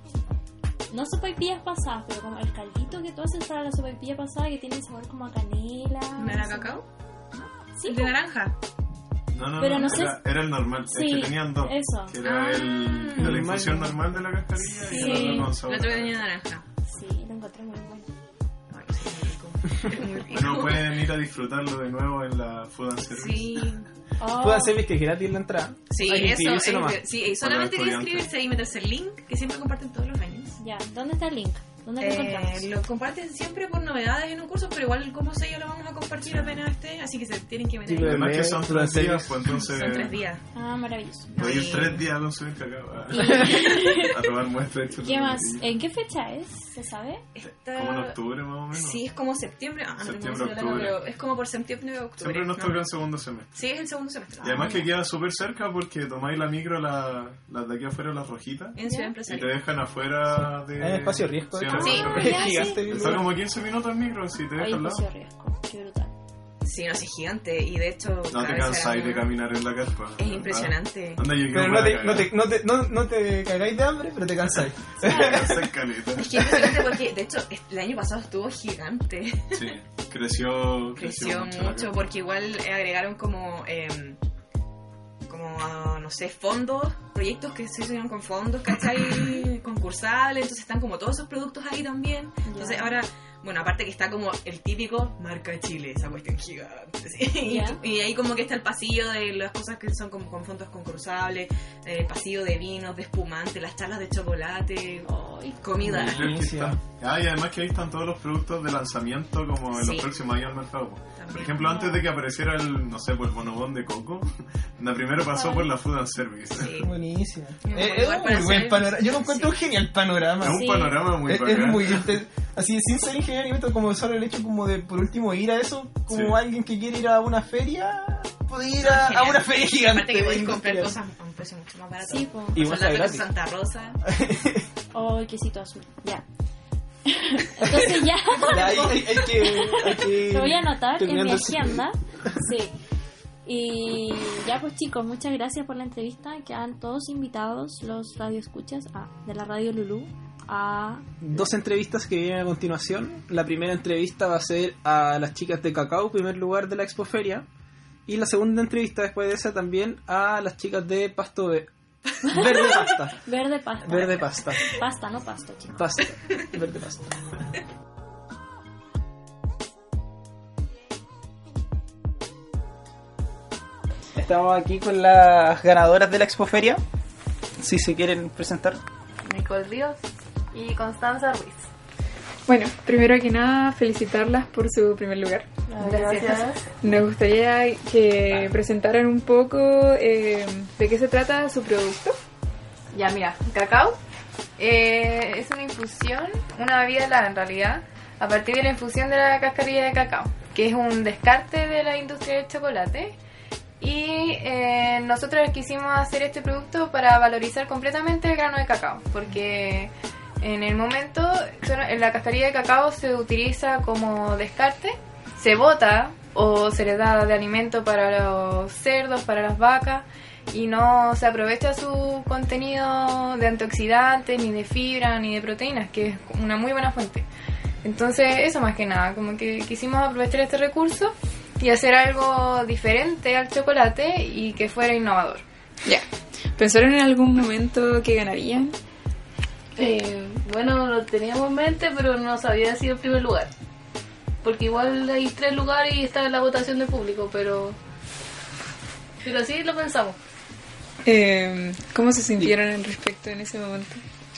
No sopaipillas pasadas, pero como el caldito que tú haces para la sopaipilla pasada que tiene sabor como a canela. ¿No era cacao? Sí, ¿El de naranja? No, Pero no sé era el normal. Sí, es que tenían dos. eso. Que era el de la normal. infusión normal de la cascarilla Sí. y el otro con El sabor. otro que tenía naranja. Sí, lo encontré muy bueno. Ay, sí, es muy rico. Es muy rico. Bueno, pueden ir a disfrutarlo de nuevo en la Food and Service. Sí, Oh, Pueden hacer que es gratis la entrada. sí, Hay que eso. inscribirse nomás. Sí, solamente hay que estudiantes. inscribirse ahí y meterse el link que siempre comparten todos los años. ya, ¿dónde está el link? ¿Dónde lo encontramos? Lo comparten siempre por novedades en un curso, pero igual como sello lo vamos a compartir apenas esté, así que se tienen que meter. Sí, pero- Además que son Food and 3 días, Service. pues entonces... Son 3 días. Ah, maravilloso. Voy a ir Sí. 3 días a consumir cacao. A tomar muestras de ¿Qué más? chocolate. ¿En qué fecha es? ¿Se sabe? Como en octubre más o menos. Sí, es como septiembre. No tengo Septiembre, muy claro, octubre. pero es como por septiembre o octubre. Siempre nos ¿no? toca el segundo semestre. Sí, es el segundo semestre. Y además que queda súper cerca porque tomáis la micro, las de aquí afuera, las rojitas, En Ciudad y Empresarial. te dejan afuera de... Hay espacio riesgo. Sí, de en hecho. el Sí. espacio ya, Es gigante. sí. Está como 15 minutos en micro, si te Hay dejan al espacio lado. riesgo. Qué brutal. Sí, no, sí, es gigante. Y de hecho, No cada te vez cansáis será de más- caminar en la carpa. Es impresionante. Anda, yo Pero no te cagáis de hambre, pero te cansáis. Cansáis caleta. Es que es impresionante porque, de hecho, el año pasado estuvo gigante. Sí, creció Creció la mucho carpa. porque igual agregaron como no sé, fondos, proyectos que se hicieron con fondos, ¿cachai? Concursables, entonces están como todos esos productos ahí también. Entonces Ya. ahora, bueno, aparte que está como el típico marca Chile, esa cuestión gigante. ¿sí? Ya. Y ahí como que está el pasillo de las cosas que son como con fondos concursables, el pasillo de vinos, de espumante, las charlas de chocolate, Ay, comida. Creo que Buenísima. está. Y además que ahí están todos los productos de lanzamiento como en Sí. los próximos años al mercado. Por También. ejemplo, antes de que apareciera el, no sé, pues el bonobón de coco, la primero pasó por la Food and Service. Sí. Buenísimo. Un buen Es lugar un para muy buen hacer- panorama. Yo lo encuentro un genial panorama. Es un Sí. panorama muy Es bacán. muy así sin ser ingeniero y esto como solo el hecho como de por último ir a eso como Sí. alguien que quiere ir a una feria puede ir a Genial. una feria gigante. Aparte que podéis comprar industrial. cosas a un precio mucho más barato. sí, pues. Y igual Son está las gratis. Santa Rosa. Oh, quesito azul. Ya. Entonces ya. Ya, hay que Lo voy a anotar en mi terminando el agenda. Sí. Y ya pues chicos, muchas gracias por la entrevista. Quedan todos invitados los radioescuchas de la Radio Lulú a... Dos entrevistas que vienen a continuación. La primera entrevista va a ser a las chicas de Cacao, primer lugar de la Expoferia. Y la segunda entrevista después de esa también a las chicas de Pasto Verde Pasta. Verde pasta. Verde Pasta. Pasta, no pasto, chicos. Pasta. Verde Pasta. Estamos aquí con las ganadoras de la Expoferia. Si se quieren presentar. Nicole Ríos y Constanza Ruiz. Bueno, primero que nada, felicitarlas por su primer lugar. Gracias. Nos gustaría que presentaran un poco de qué se trata su producto. Ya, mira, cacao es una infusión, una bebida helada en realidad, a partir de la infusión de la cascarilla de cacao, que es un descarte de la industria del chocolate. Y nosotros quisimos hacer este producto para valorizar completamente el grano de cacao, porque en el momento la cascarilla de cacao se utiliza como descarte, se bota o se le da de alimento para los cerdos, para las vacas, y no se aprovecha su contenido de antioxidantes, ni de fibra, ni de proteínas, que es una muy buena fuente. Entonces eso más que nada, como que quisimos aprovechar este recurso y hacer algo diferente al chocolate y que fuera innovador. Ya. ¿Pensaron en algún momento que ganarían? Bueno, lo teníamos en mente, pero no sabía si el primer lugar. Porque igual hay 3 lugares y está en la votación del público, pero sí lo pensamos. ¿Cómo se sintieron al respecto en ese momento?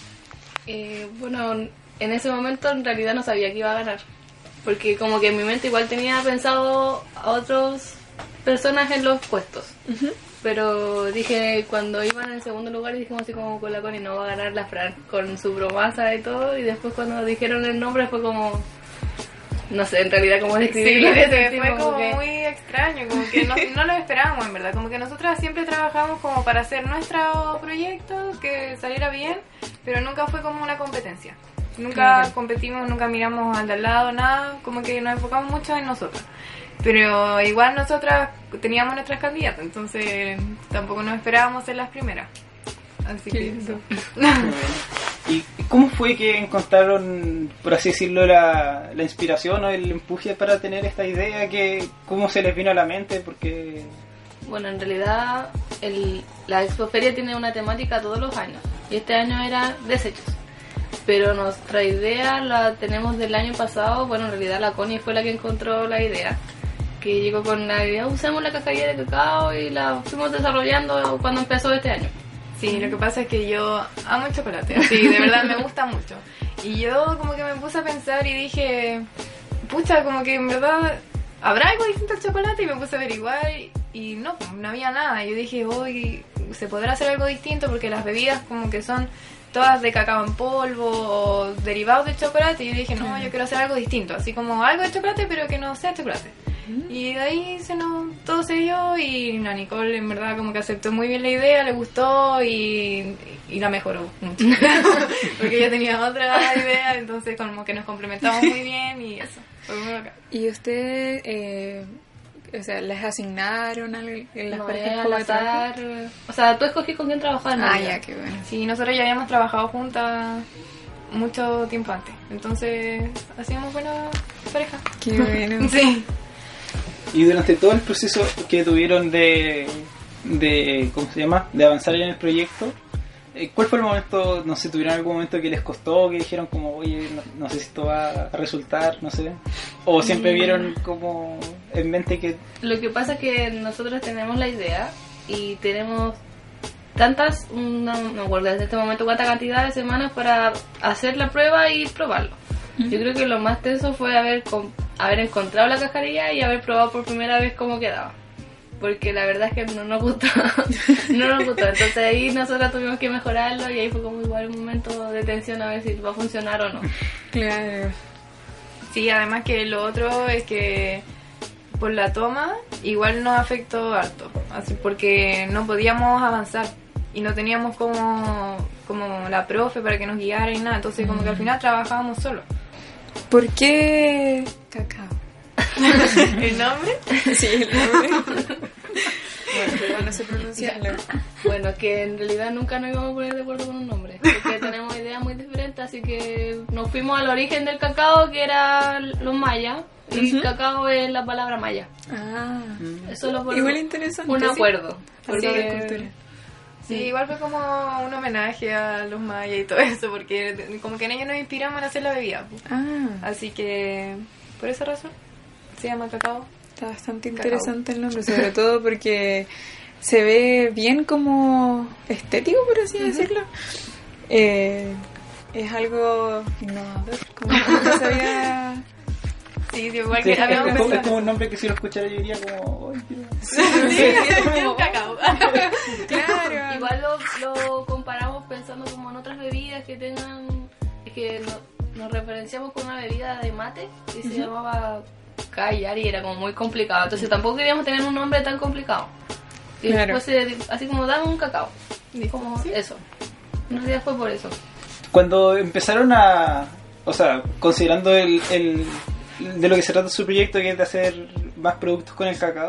Bueno, en ese momento en realidad no sabía que iba a ganar. Porque como que en mi mente igual tenía pensado a otras personas en los puestos. Uh-huh. Pero dije, cuando iban en segundo lugar, dijimos así como con la Connie no va a ganar la Fran con su bromasa y todo. Y después cuando dijeron el nombre fue como... No sé, en realidad cómo describirlo. Sí, fue como muy extraño, como que no lo esperábamos en verdad, como que nosotras siempre trabajamos como para hacer nuestro proyecto, que saliera bien, pero nunca fue como una competencia. Nunca competimos, nunca miramos al de al lado, nada, como que nos enfocamos mucho en nosotras. Pero igual nosotras teníamos nuestras candidatas, entonces tampoco nos esperábamos ser las primeras. Así que eso. ¿Y cómo fue que encontraron, por así decirlo, la inspiración o el empuje para tener esta idea? ¿Cómo se les vino a la mente? Porque... Bueno, en realidad la Expoferia tiene una temática todos los años y este año era desechos. Pero nuestra idea la tenemos del año pasado. Bueno, en realidad la Connie fue la que encontró la idea, que llegó con la idea, usemos la cascarilla de cacao, y la fuimos desarrollando cuando empezó este año. Sí, lo que pasa es que yo amo el chocolate, sí, de verdad me gusta mucho. Y yo como que me puse a pensar y dije, pucha, como que en verdad habrá algo distinto al chocolate, y me puse a averiguar y no había nada. Yo dije, hoy se podrá hacer algo distinto porque las bebidas como que son todas de cacao en polvo o derivados de chocolate, y yo dije, no, yo quiero hacer algo distinto, así como algo de chocolate pero que no sea chocolate. Y de ahí todo se dio, y la Nicole en verdad como que aceptó muy bien la idea, le gustó y la mejoró mucho. Porque ella tenía otra idea, entonces como que nos complementamos muy bien y eso, fue muy bacán. ¿Y usted, o sea, les asignaron en las parejas al azar? O sea, tú escogí con quién trabajar. Ya, qué bueno. Sí, nosotros ya habíamos trabajado juntas mucho tiempo antes, entonces hacíamos buena pareja. Qué bueno. Sí. Y durante todo el proceso que tuvieron de ¿cómo se llama? De avanzar en el proyecto, ¿cuál fue el momento, no sé, tuvieron algún momento que les costó, que dijeron como, oye, no sé si esto va a resultar, no sé? ¿O siempre vieron como en mente que...? Lo que pasa es que nosotros tenemos la idea y tenemos tantas, no me acuerdo desde este momento cuánta cantidad de semanas para hacer la prueba y probarlo. Yo creo que lo más tenso fue haber encontrado la cascarilla y haber probado por primera vez cómo quedaba, porque la verdad es que no nos gustó. Entonces ahí nosotros tuvimos que mejorarlo, y ahí fue como igual un momento de tensión a ver si va a funcionar o no. Claro. Sí, además que lo otro es que por la toma igual nos afectó harto, así porque no podíamos avanzar y no teníamos como la profe para que nos guiara y nada, entonces como que al final trabajábamos solos. ¿Por qué cacao? ¿El nombre? Sí, el nombre. Bueno, pero no sé pronunciarlo. Bueno, que en realidad nunca nos íbamos a poner de acuerdo con un nombre, porque tenemos ideas muy diferentes, así que nos fuimos al origen del cacao, que era los mayas, y cacao es la palabra maya. Eso lo fue igual interesante. Un acuerdo. Porque de cultura. Sí, igual fue como un homenaje a los mayas y todo eso, porque como que en ellos nos inspiramos en hacer la bebida. Así que por esa razón se llama cacao. Está bastante interesante el nombre, sobre todo porque se ve bien como estético, por así decirlo. Es algo innovador, como que no sabía. Sí, igual Sí, que habíamos es pensado. como un nombre que si lo escuchara yo diría como... "Ay, Sí, un cacao. Claro. Igual lo comparamos pensando como en otras bebidas que tengan, que nos referenciamos con una bebida de mate que se llamaba Callar, y era como muy complicado, entonces tampoco queríamos tener un nombre tan complicado. Y Claro. después así como dame un cacao, como eso. En realidad fue por eso. Cuando empezaron o sea, considerando de lo que se trata su proyecto, que es de hacer más productos con el cacao,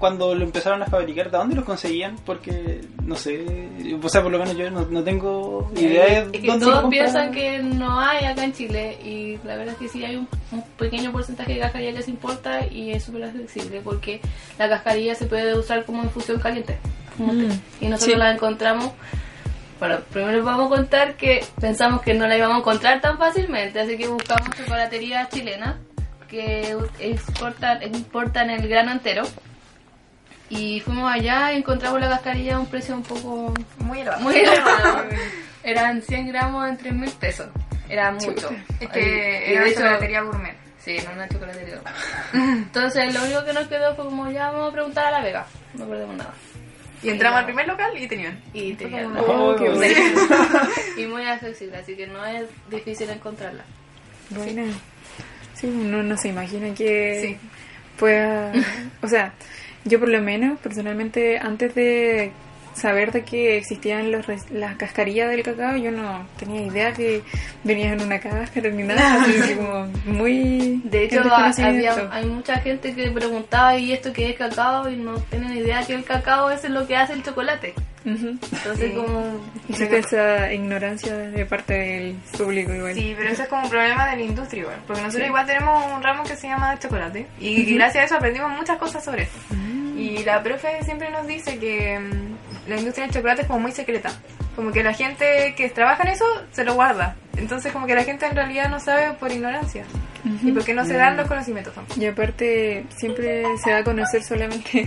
cuando lo empezaron a fabricar, ¿de dónde los conseguían? Porque, no sé, o sea, por lo menos yo no tengo idea de es que dónde todos lo piensan compran. que no hay acá en Chile, y la verdad es que sí hay un pequeño porcentaje de cascarilla que se importa y es súper accesible porque la cascarilla se puede usar como infusión caliente. Y nosotros Sí. la encontramos. Bueno, primero les vamos a contar que pensamos que no la íbamos a encontrar tan fácilmente, así que buscamos chocolaterías chilenas que importan el grano entero. Y fuimos allá y encontramos la cascarilla a un precio un poco Muy elevado. muy elevado. Eran 100 gramos en 3.000 pesos. Era mucho. Es Y que de era una hecho- chocolatería gourmet. Sí, no una chocolatería. Entonces lo único que nos quedó fue como ya vamos a preguntar a La Vega. No perdemos nada. Y entramos al primer local y tenían. Y tenían Oh, qué bueno. y muy accesible, así que no es difícil encontrarla. Buena. Sí, uno no se imagina que Sí. pueda... O sea, yo por lo menos, personalmente, antes de saber de que existían las cascarillas del cacao, yo no tenía idea que venían en una cáscara ni nada, así que como muy... De hecho, el desconocimiento. hay mucha gente que preguntaba ¿y esto qué es cacao? Y no tienen idea que el cacao es lo que hace el chocolate. Ujú. Entonces Sí. como... Existe esa ignorancia de parte del público igual. Sí, pero eso es como un problema de la industria igual. Porque nosotros igual tenemos un ramo que se llama chocolate. Y gracias a eso aprendimos muchas cosas sobre esto. Y la profe siempre nos dice que la industria del chocolate es como muy secreta. Como que la gente que trabaja en eso se lo guarda. Entonces como que la gente en realidad no sabe por ignorancia. Y porque no se dan los conocimientos tampoco. Y aparte siempre se da a conocer solamente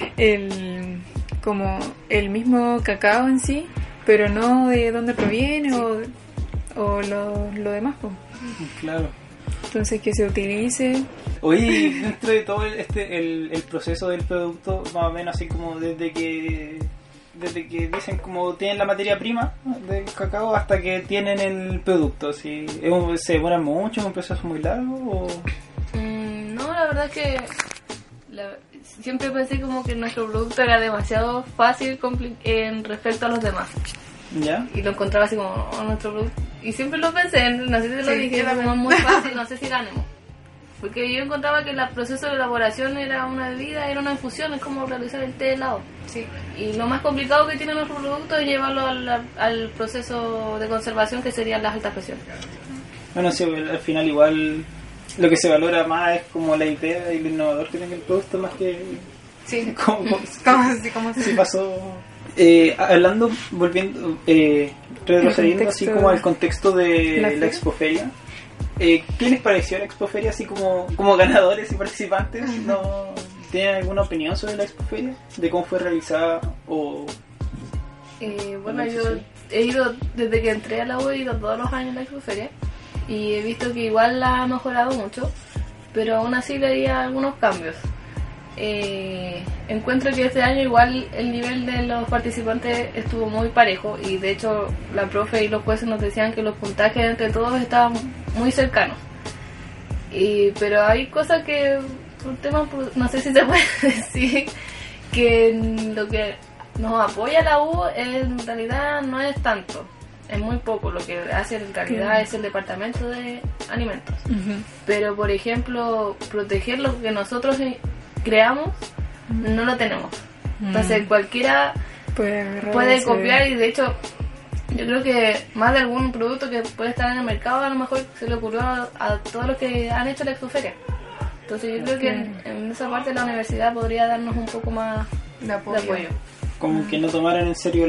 como el mismo cacao en sí, pero no de dónde proviene o lo demás, pues. Claro. Entonces que se utilice. Oye, dentro de todo el proceso del producto, más o menos así como desde que dicen como tienen la materia prima del cacao hasta que tienen el producto, ¿sí? ¿Se demora mucho? ¿Es un proceso muy largo? ¿O? No, la verdad es que siempre pensé como que nuestro producto era demasiado fácil en respecto a los demás. ¿Ya? Y lo encontraba así como nuestro producto. Y siempre lo pensé, no sé si te lo Sí, dije, yo también. como muy fácil, no sé si ganemos. Porque yo encontraba que el proceso de elaboración era una bebida, era una infusión, es como realizar el té de helado. Sí. Y lo más complicado que tiene nuestro producto es llevarlo al proceso de conservación, que serían las altas presiones. Bueno, sí, al final igual lo que se valora más es como la idea y lo innovador que tenga el producto más que Sí. como Como si pasó. Hablando, volviendo, retrocediendo así contexto- como al contexto de ¿La la feria? Expoferia. ¿Qué les pareció la Expoferia así como ganadores y participantes? ¿No tienen alguna opinión sobre la Expoferia? ¿De cómo fue realizada? O Bueno, Sí, yo sí. he ido, desde que entré a la U, he ido todos los años a la Expoferia y he visto que igual la ha mejorado mucho, pero aún así le haría algunos cambios. Encuentro que este año igual el nivel de los participantes estuvo muy parejo y de hecho la profe y los jueces nos decían que los puntajes entre todos estaban muy cercanos. Pero hay cosas que, por temas, no sé si se puede decir, que lo que nos apoya la U en realidad no es tanto, es muy poco. Lo que hace en realidad es el departamento de alimentos. Pero por ejemplo, proteger lo que nosotros creamos no lo tenemos. Entonces cualquiera puede ese- copiar y de hecho yo creo que más de algún producto que puede estar en el mercado a lo mejor se le ocurrió a todos los que han hecho la Expoferia. Entonces yo creo que en esa parte la universidad podría darnos un poco más de apoyo. como que no tomaran en serio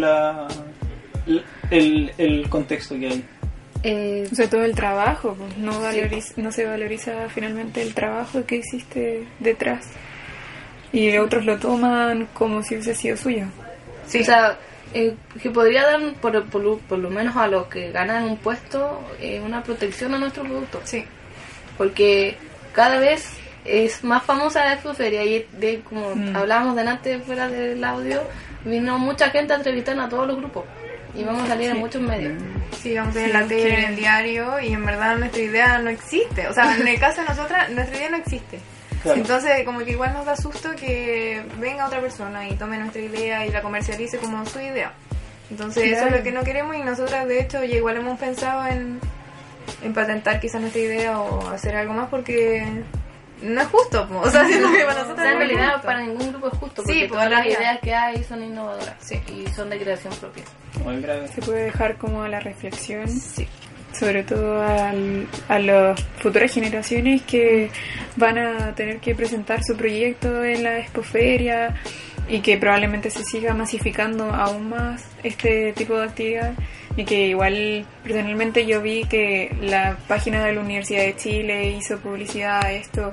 el contexto que hay. O sea, todo el trabajo, pues, no se valoriza finalmente el trabajo que existe detrás. Y otros lo toman como si hubiese sido suyo. Sí. O sea, que podría dar por lo menos a los que ganan un puesto una protección a nuestro producto. Sí. Porque cada vez es más famosa la Expoferia y como hablábamos delante fuera del audio, vino mucha gente a entrevistar a todos los grupos y vamos a salir en muchos medios. Sí, vamos a ver en la tele, en el diario, y en verdad nuestra idea no existe. O sea, en el caso de nosotras, nuestra idea no existe. Claro. Entonces, como que igual nos da susto que venga otra persona y tome nuestra idea y la comercialice como su idea. Entonces, eso es lo que no queremos y nosotras, de hecho, ya igual hemos pensado en patentar quizás nuestra idea o hacer algo más porque no es justo, po. O sea, siento que para nosotros O sea, en no es realidad justo. para ningún grupo es justo, Sí, porque pues, todas en las realidad. ideas que hay son innovadoras Sí. y son de creación propia. Muy grave. Se puede dejar como a la reflexión, Sí. sobre todo a las futuras generaciones que van a tener que presentar su proyecto en la expoferia y que probablemente se siga masificando aún más este tipo de actividad, y que igual personalmente yo vi que la página de la Universidad de Chile hizo publicidad a esto.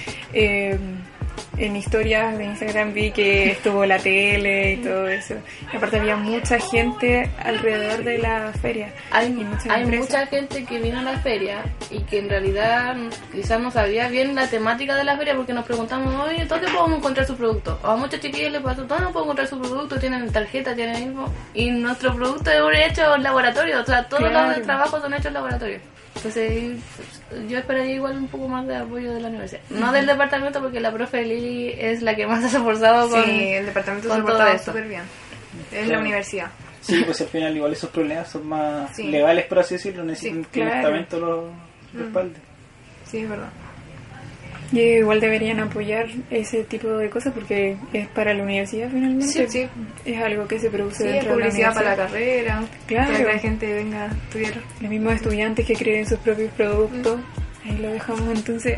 En historias de Instagram vi que estuvo la tele y todo eso. Y aparte había mucha gente alrededor de la feria. Hay Y muchas hay empresas. mucha gente que vino a la feria y que en realidad quizás no sabía bien la temática de la feria, porque nos preguntamos, oye, ¿dónde podemos encontrar su producto? O a muchos chiquillos les pasó, ¿dónde podemos encontrar su producto? Tienen tarjeta, tienen info. Y nuestro producto es hecho en laboratorio, o sea, todos Claro. los trabajos son hechos en laboratorio. Entonces yo esperaría igual un poco más de apoyo de la universidad. No del departamento, porque la profe Lili es la que más se ha esforzado con... Sí, el departamento se con ha todo portado esto. súper bien. Es la Claro. universidad. Sí, pues al final igual esos problemas son más Sí. legales, por así decirlo, necesitan Sí, que el claro. estamento los respalde. Sí, es verdad. Y igual deberían apoyar ese tipo de cosas porque es para la universidad finalmente. Sí, sí. Es algo que se produce Sí, es dentro de la publicidad para la universidad. carrera, Claro. para que la gente venga a estudiar. Los mismos estudiantes que creen sus propios productos. Ahí lo dejamos entonces.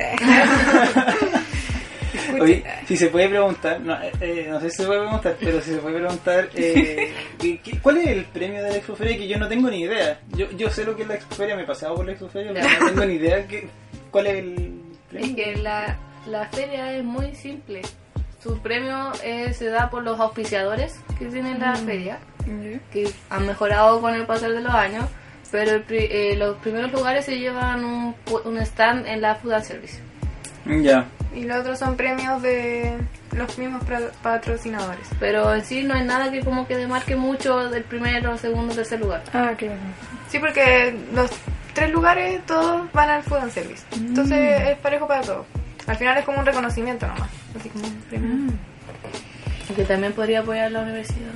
Oye, si se puede preguntar, no sé si se puede preguntar, pero si se puede preguntar, ¿cuál es el premio de la expoferia? Que yo no tengo ni idea. Yo sé lo que es la expoferia, me he pasado por la expoferia, pero no tengo ni idea cuál es el premio. Es que la feria es muy simple. Su premio se da por los auspiciadores que tienen la feria, que han mejorado con el pasar de los años, pero los primeros lugares se llevan un stand en la Food and Service. Ya. Y los otros son premios de los mismos patrocinadores. Pero en sí no hay nada que como que demarque mucho del primero, segundo, tercer lugar. Ah, claro. Sí, porque los 3 lugares todos van al Food and Service. Entonces es parejo para todos. Al final es como un reconocimiento nomás. Así como un premio. Y que también podría apoyar la universidad.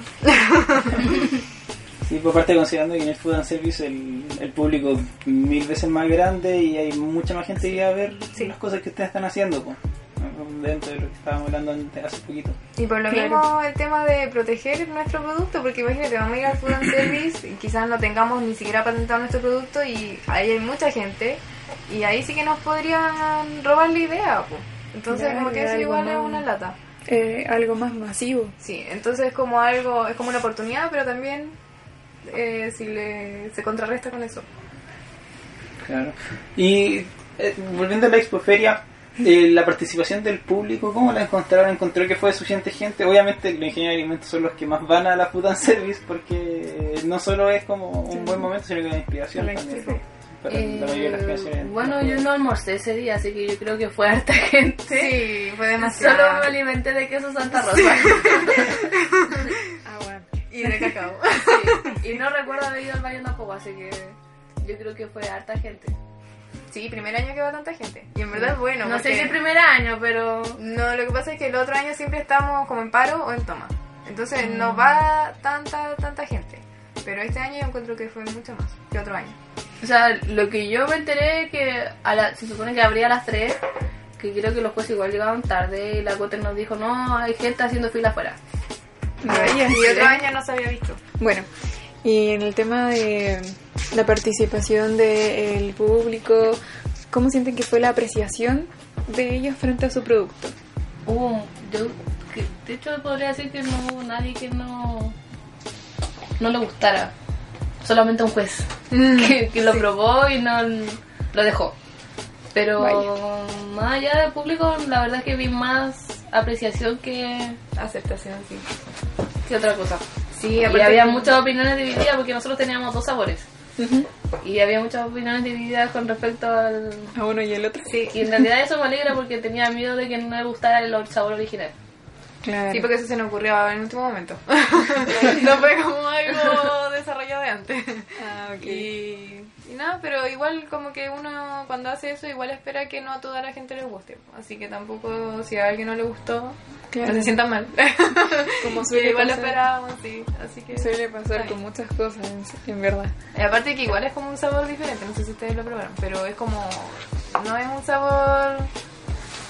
Sí, por parte considerando que en el Food and Service el público es 1000 veces más grande y hay mucha más gente que va a ver las cosas que ustedes están haciendo, pues, dentro de lo que estábamos hablando hace poquito. Y por lo Claro. mismo el tema de proteger nuestro producto, porque imagínate, vamos a ir al Food and Service y quizás no tengamos ni siquiera patentado nuestro producto y ahí hay mucha gente y ahí sí que nos podrían robar la idea, pues. Entonces Claro, como que eso algo igual es más. una lata. Algo más masivo. Sí, entonces es como algo, es como una oportunidad, pero también se contrarresta con eso. Claro. Y volviendo a la expoferia, la participación del público, ¿cómo la encontraron? ¿Encontró que fue suficiente gente? Obviamente los ingenieros de alimentos son los que más van a la Food and Service porque no solo es como un buen momento, sino que una inspiración La también. inspiración. Para la mayoría de las generaciones. Bueno, yo no almorcé ese día, así que yo creo que fue harta gente. Sí, fue demasiado. Solo me alimenté de queso Santa Rosa. Ah, bueno. Y de cacao. Sí, y no recuerdo haber ido al baño tampoco, así que yo creo que fue harta gente. Sí, primer año que va tanta gente. Y en verdad es bueno. No sé porque- si el primer año, pero... No, lo que pasa es que el otro año siempre estamos como en paro o en toma. Entonces no va tanta gente. Pero este año yo encuentro que fue mucho más que otro año. O sea, lo que yo me enteré que se supone que abría a las 3, que creo que los jueces igual llegaban tarde y la Cotter nos dijo, no, hay gente haciendo fila afuera. Vaya, Y otro ¿eh? año no se había visto. Bueno, y en el tema de la participación del público, ¿cómo sienten que fue la apreciación de ellos frente a su producto? De hecho podría decir que no hubo nadie que no le gustara. Solamente un juez que lo probó y no lo dejó. Pero más allá del público, la verdad es que vi más apreciación que Aceptación, sí. otra cosa. Sí, Y aparte había que- muchas opiniones divididas porque nosotros teníamos 2 sabores. Y había muchas opiniones divididas con respecto al... A uno y el otro. Sí, Y en realidad eso me alegra porque tenía miedo de que no me gustara el sabor original. Claro. sí, porque eso se nos ocurrió en el último momento. No fue como algo desarrollado de antes. Ah, ok. Y nada, pero igual como que uno cuando hace eso igual espera que no a toda la gente le guste. Así que tampoco si a alguien no le gustó, Claro. no se sientan mal. Como Sí, suele igual lo pasar. esperábamos, sí. Así que Suele pasar está con bien. muchas cosas, en verdad. Y aparte que igual es como un sabor diferente, no sé si ustedes lo probaron, pero es como, no es un sabor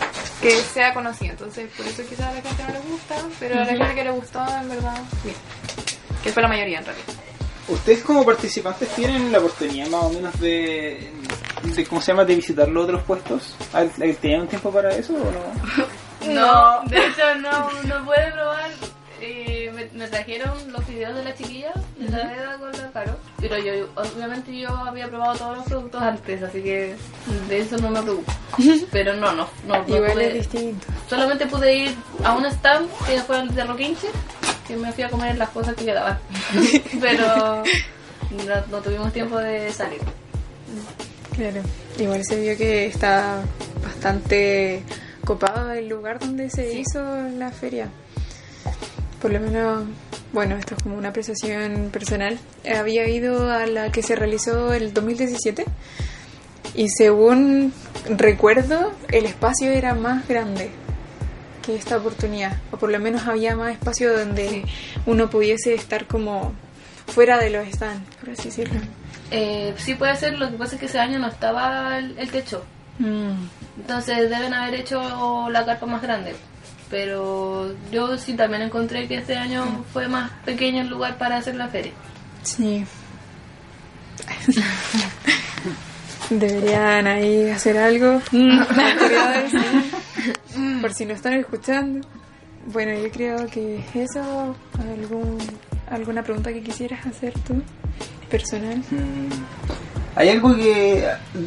que sea conocido. Entonces, por eso quizás a la gente no le gusta, pero a la gente que le gustó, en verdad, bien. Que fue la mayoría en realidad. ¿Ustedes como participantes tienen la oportunidad más o menos de ¿cómo se llama? De visitar los otros puestos? ¿Tienen un tiempo para eso o no? No, de hecho no puede probar. Me trajeron los videos de la chiquilla de la Veda con la Caro, pero obviamente yo había probado todos los productos antes, así que de eso no me preocupo. Pero no Igual pude, es distinto. solamente pude ir a un stand que fue el de Roquinche, que me fui a comer las cosas que quedaban, pero no tuvimos tiempo de salir. Claro, igual se vio que está bastante copado el lugar donde se hizo la feria. Por lo menos, bueno, esto es como una apreciación personal. Había ido a la que se realizó el 2017 y según recuerdo el espacio era más grande que esta oportunidad, o por lo menos había más espacio donde uno pudiese estar como fuera de los stands, por así decirlo. Sí puede ser, lo que pasa es que ese año no estaba el techo, entonces deben haber hecho la carpa más grande. Pero yo sí también encontré que este año fue más pequeño el lugar para hacer la feria. Sí. Deberían ahí hacer algo. Por si no están escuchando. Bueno, yo creo que eso. ¿Alguna pregunta que quisieras hacer tú? Personal. ¿Hay algo que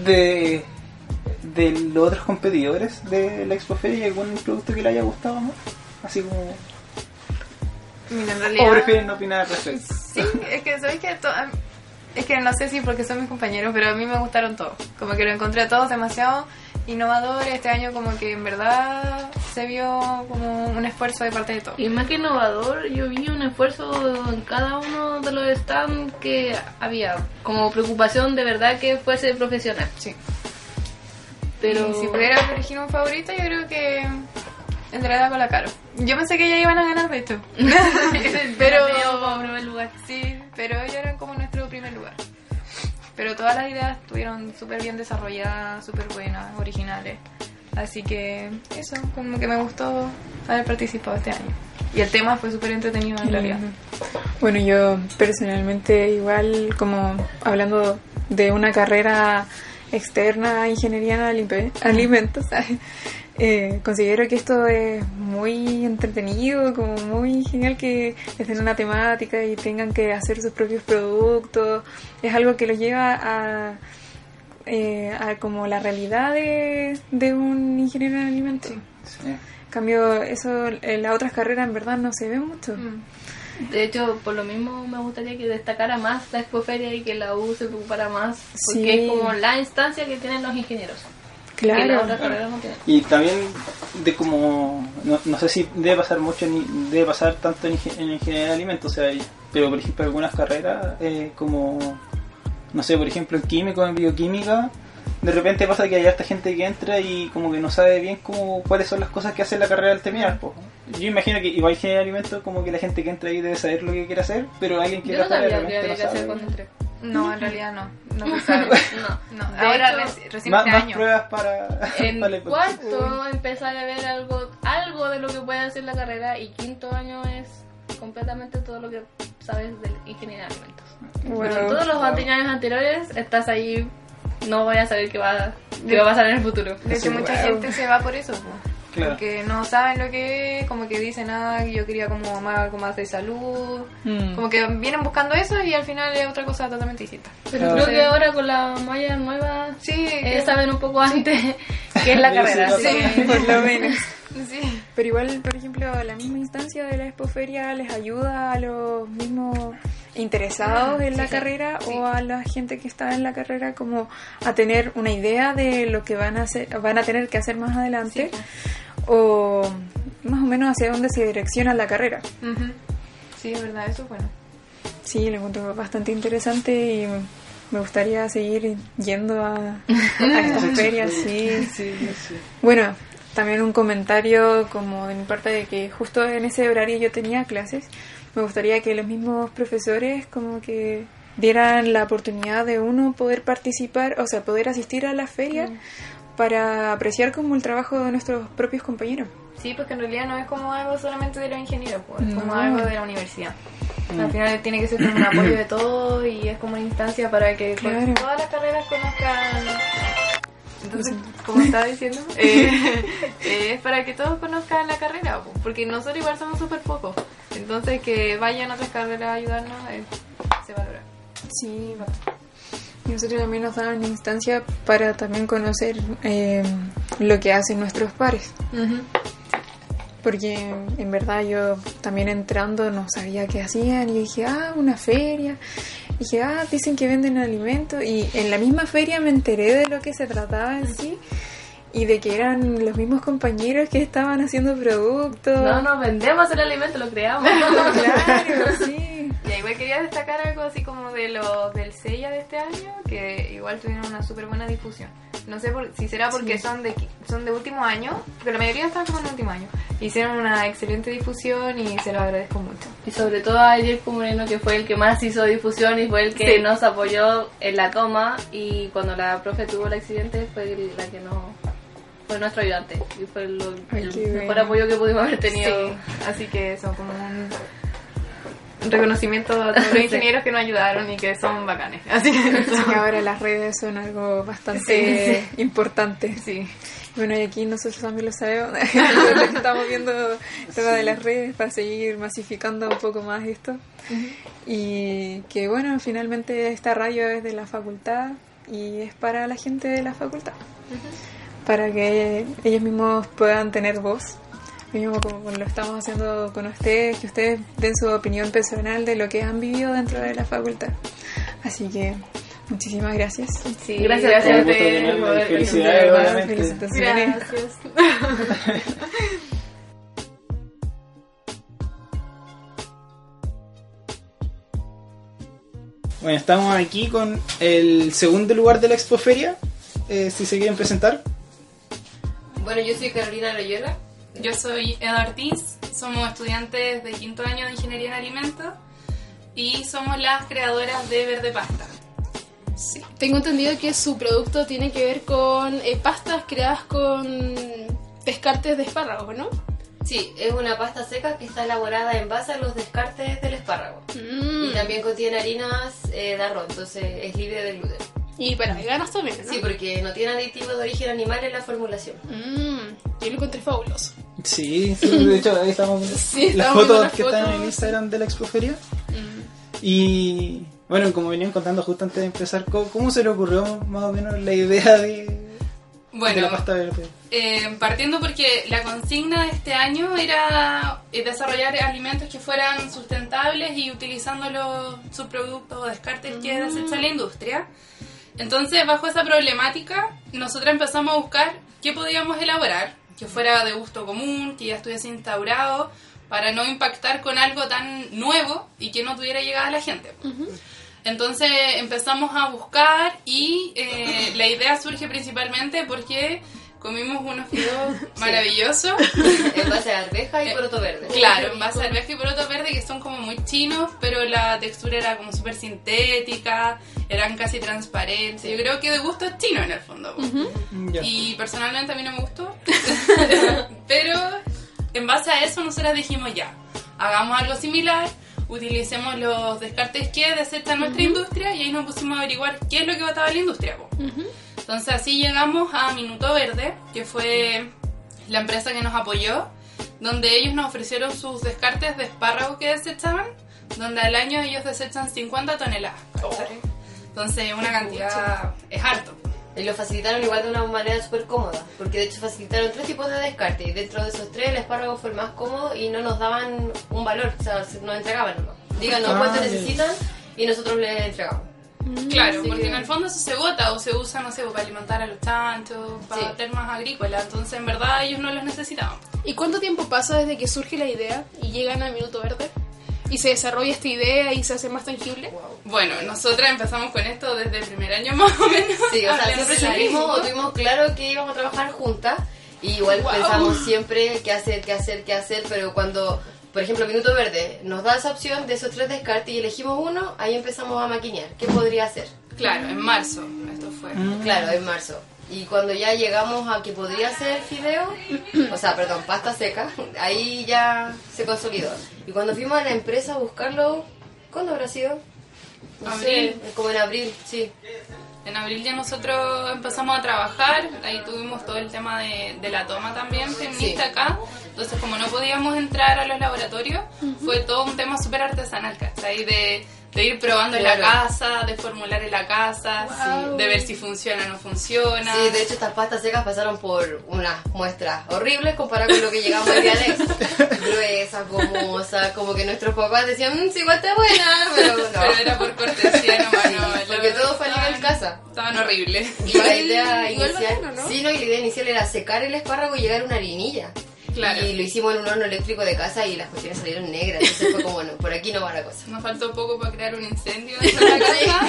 de los otros competidores de la Expoferia, algún producto que le haya gustado más? Así como... Mira, en realidad... ¿O prefieren no opinar al respecto? Sí, es que sabéis que es que no sé si porque son mis compañeros, pero a mí me gustaron todos. Como que lo encontré a todos demasiado innovadores. Este año como que en verdad se vio como un esfuerzo de parte de todos. Y más que innovador, yo vi un esfuerzo en cada uno de los stands que había, como preocupación de verdad que fuese profesional. Sí. Pero Y si pudiera elegir un favorito, yo creo que entraría con la Caro. Yo pensé que ya iban a ganar, de hecho. Pero como primer lugar. sí, pero ellos eran como nuestro primer lugar. Pero todas las ideas estuvieron súper bien desarrolladas, súper buenas, originales. Así que eso, como que me gustó haber participado este año. Y el tema fue súper entretenido en realidad. Bueno, yo personalmente igual, como hablando de una carrera externa a ingeniería en alimentos, considero que esto es muy entretenido, como muy genial que estén una temática y tengan que hacer sus propios productos. Es algo que los lleva a como la realidad de un ingeniero en alimentos. Sí. En cambio, eso en las otras carreras en verdad no se ve mucho. De hecho, por lo mismo me gustaría que destacara más la Expoferia y que la U se preocupara más, porque Sí. es como la instancia que tienen los ingenieros. Que las Claro. otras carreras no tienen. Y también de como no sé si debe pasar mucho debe pasar tanto en ingeniería de alimentos, o sea, pero por ejemplo algunas carreras como no sé, por ejemplo en químico, en bioquímica, de repente pasa que hay harta gente que entra y como que no sabe bien cuáles son las cosas que hace la carrera al terminar, pues. Yo imagino que igual ingeniería de alimentos, como que la gente que entra ahí debe saber lo que quiere hacer, pero alguien que Yo no entra de sabía que repente había no que hacer sabe. cuando entré. No, en realidad no. No se sabe. No. No. De Ahora hecho, recién Más este año. pruebas para En para la hipótesis. cuarto empezar a ver algo de lo que puede hacer la carrera, y quinto año es completamente todo lo que sabes de ingeniería de alimentos. Bueno, Pero en todos los años anteriores estás ahí, no voy a saber qué va a pasar en el futuro. De hecho, Sí, mucha wow. gente se va por eso, po. Claro. Porque no saben lo que es, como que dicen, yo quería como algo más de salud. Como que vienen buscando eso y al final es otra cosa totalmente distinta. Pero creo que ahora con la malla nueva Sí, que- saben un poco antes qué es la carrera. Sí, así que- por lo menos. sí. Pero igual, por ejemplo, la misma instancia de la Expoferia les ayuda a los mismos interesados en la carrera o a la gente que está en la carrera como a tener una idea de lo que van a tener que hacer más adelante o más o menos hacia dónde se direcciona la carrera. Ujú. Sí, es verdad, eso es bueno. Sí, lo encuentro bastante interesante y me gustaría seguir yendo a estas ferias, sí. Bueno, también un comentario como de mi parte de que justo en ese horario yo tenía clases. Me gustaría que los mismos profesores como que dieran la oportunidad de uno poder participar, o sea, poder asistir a la feria para apreciar como el trabajo de nuestros propios compañeros. Sí, porque en realidad no es como algo solamente de los ingenieros, pues, es como No. algo de la universidad. Al final tiene que ser como un apoyo de todos y es como una instancia para que Claro. todas las carreras conozcan. Entonces, como estaba diciendo, es para que todos conozcan la carrera, pues, porque nosotros igual somos súper pocos. Entonces, que vayan a otras carreras a ayudarnos, se valora. Sí, y nosotros también nos dan una instancia para también conocer lo que hacen nuestros pares. Porque en verdad yo también entrando no sabía qué hacían y dije, una feria. Y dije, dicen que venden alimentos. Y en la misma feria me enteré de lo que se trataba en sí y de que eran los mismos compañeros que estaban haciendo productos. No nos vendemos el alimento, lo creamos. Claro, sí. Y igual quería destacar algo así como de los del SEIA de este año, que igual tuvieron una súper buena difusión. No sé si será porque son de último año, porque la mayoría están como en último año. Hicieron una excelente difusión y se lo agradezco mucho. Y sobre todo a Jerko Moreno, que fue el que más hizo difusión y fue el que Sí. nos apoyó en la toma. Y cuando la profe tuvo el accidente fue la que fue nuestro ayudante. Y fue el Ay, qué mejor bueno. apoyo que pudimos haber tenido. Sí, así que eso, como un reconocimiento a todos los ingenieros que nos ayudaron y que son bacanes. Así que Así que ahora las redes son algo bastante importante. sí. Bueno, y aquí nosotros también lo sabemos. Estamos viendo el tema de las redes para seguir masificando un poco más esto. Y que bueno, finalmente esta radio es de la facultad y es para la gente de la facultad. Para que ellos mismos puedan tener voz. Mismo como lo estamos haciendo con ustedes, que ustedes den su opinión personal de lo que han vivido dentro de la facultad. Así que muchísimas gracias. Sí, Gracias a Un gusto ustedes tenerla por y felicidades, participar. obviamente. Felicitaciones. Gracias. Bueno, estamos aquí con el segundo lugar de la Expoferia. Si se quieren presentar. Bueno, yo soy Carolina Loyola. Yo soy Eda Ortiz, somos estudiantes de quinto año de Ingeniería en Alimentos y somos las creadoras de Verde Pasta. Sí, tengo entendido que su producto tiene que ver con pastas creadas con descartes de espárragos, ¿no? Sí, es una pasta seca que está elaborada en base a los descartes del espárrago. Y también contiene harinas de arroz, entonces es libre de gluten. Y para veganos también, ¿no? Sí, porque no tiene aditivos de origen animal en la formulación. Yo lo encontré fabuloso. Sí, de hecho ahí estamos viendo Sí, las estamos viendo fotos las que están en fotos. el Instagram de la Expoferia. Y bueno, como venían contando justo antes de empezar, ¿cómo se le ocurrió más o menos la idea de Bueno, la pasta verde? partiendo porque la consigna de este año era desarrollar alimentos que fueran sustentables y utilizando los subproductos o descartes que desecha la industria. Entonces, bajo esa problemática, nosotros empezamos a buscar qué podíamos elaborar, que fuera de gusto común, que ya estuviese instaurado, para no impactar con algo tan nuevo y que no tuviera llegada a la gente. Entonces empezamos a buscar y la idea surge principalmente porque comimos unos fideos maravillosos. En base a arveja y poroto verde. Claro, en base a arveja y poroto verde, que son como muy chinos, pero la textura era como súper sintética, eran casi transparentes. Yo creo que de gusto es chino en el fondo. Po. Ya. Y personalmente a mí no me gustó. Pero en base a eso nosotras dijimos ya, hagamos algo similar, utilicemos los descartes que desecha nuestra industria y ahí nos pusimos a averiguar qué es lo que botaba la industria. Po. Entonces así llegamos a Minuto Verde, que fue la empresa que nos apoyó, donde ellos nos ofrecieron sus descartes de espárragos que desechaban, donde al año ellos desechan 50 toneladas. ¿Cachai? Entonces una cantidad es harto. Y lo facilitaron igual de una manera súper cómoda, porque de hecho facilitaron 3 tipos de descarte y dentro de esos 3 el espárrago fue el más cómodo y no nos daban un valor, o sea, nos entregaban nomás. Díganos cuánto necesitan y nosotros les entregamos. Claro, Así porque que- en el fondo eso se bota o se usa, no sé, para alimentar a los chanchos, para Sí. temas agrícolas, entonces en verdad ellos no los necesitaban. ¿Y cuánto tiempo pasa desde que surge la idea y llegan a Minuto Verde? ¿Y se desarrolla esta idea y se hace más tangible? Bueno, nosotras empezamos con esto desde el primer año más o menos. Sí, o sea, Hablando siempre de supimos la o tuvimos claro que íbamos a trabajar juntas y igual pensamos siempre qué hacer, pero cuando, por ejemplo, Minuto Verde nos da esa opción de esos 3 descartes y elegimos uno, ahí empezamos a maquinear. ¿Qué podría hacer? Claro, en marzo esto fue. Claro, en marzo. Y cuando ya llegamos a que podría ser fideo, pasta seca, ahí ya se consolidó. Y cuando fuimos a la empresa a buscarlo, ¿cuándo habrá sido? No Abril. sé, como en abril, sí. En abril ya nosotros empezamos a trabajar, ahí tuvimos todo el tema de la toma también feminista acá, entonces como no podíamos entrar a los laboratorios, fue todo un tema súper artesanal, ¿cachai? De ir probando en la casa, de formular en la casa, de ver si funciona o no funciona. Sí, de hecho estas pastas secas pasaron por unas muestras horribles comparadas con lo que llegamos el día de gruesa, gomosa, como que nuestros papás decían, sí, igual está buena, pero no. Pero era por cortesía nomás, no. Porque todo fue a nivel casa. Estaban horribles. Y la idea inicial, bacano, ¿no? sí, no, y la idea inicial era secar el espárrago y llegar a una harinilla. Claro. Y lo hicimos en un horno eléctrico de casa y las cuestiones salieron negras. Entonces fue como, no, por aquí no va la cosa. Nos faltó poco para crear un incendio dentro de la casa.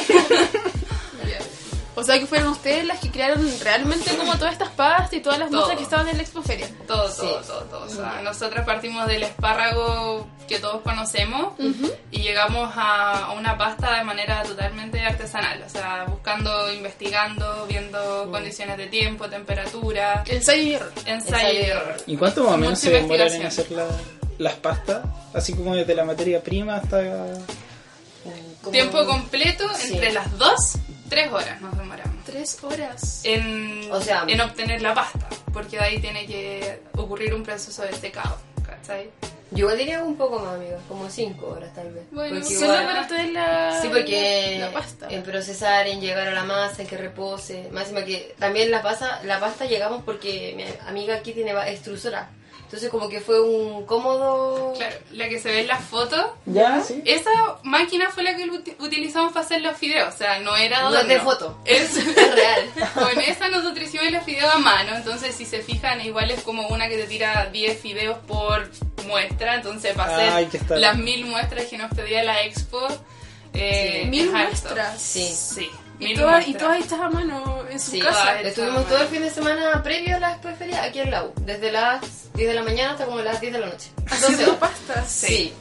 O sea que fueron ustedes las que crearon realmente como todas estas pastas y todas las muestras que estaban en la Expoferia. Todo. O sea, nosotros partimos del espárrago que todos conocemos y llegamos a una pasta de manera totalmente artesanal. O sea, buscando, investigando, viendo condiciones de tiempo, temperatura. Ensayo y error. Ensayo y error. ¿Y cuánto más o menos Mucha se demoran en investigación. hacer las pastas? Así como desde la materia prima hasta... Tiempo completo, entre las 2-3 horas nos demoramos. 3 horas. En obtener la pasta, porque de ahí tiene que ocurrir un proceso de secado, ¿cachai? Yo igual diría un poco más, amiga, como 5 horas tal vez. Bueno, porque solo para ustedes sí, porque la pasta. en procesar, en llegar a la masa, en que repose. Máxima que también la pasta llegamos porque mi amiga aquí tiene extrusora. Entonces como que fue un cómodo... Claro, la que se ve en las fotos. ¿Ya? Sí. Esa máquina fue la que utilizamos para hacer los fideos. O sea, no era No adorno. es de foto. Es real. Con esa nosotros hicimos los fideos a mano. Entonces, si se fijan, igual es como una que te tira 10 fideos por muestra. Entonces, para hacer las 1000 muestras que nos pedía la expo... 1000 muestras. Sí. Y todas hechas a mano en su casa. Estuvimos todo el fin de semana previo a la expoferia aquí en la U. Desde las 10 de la mañana hasta como las 10 de la noche. ¿Haciendo pastas? Sí.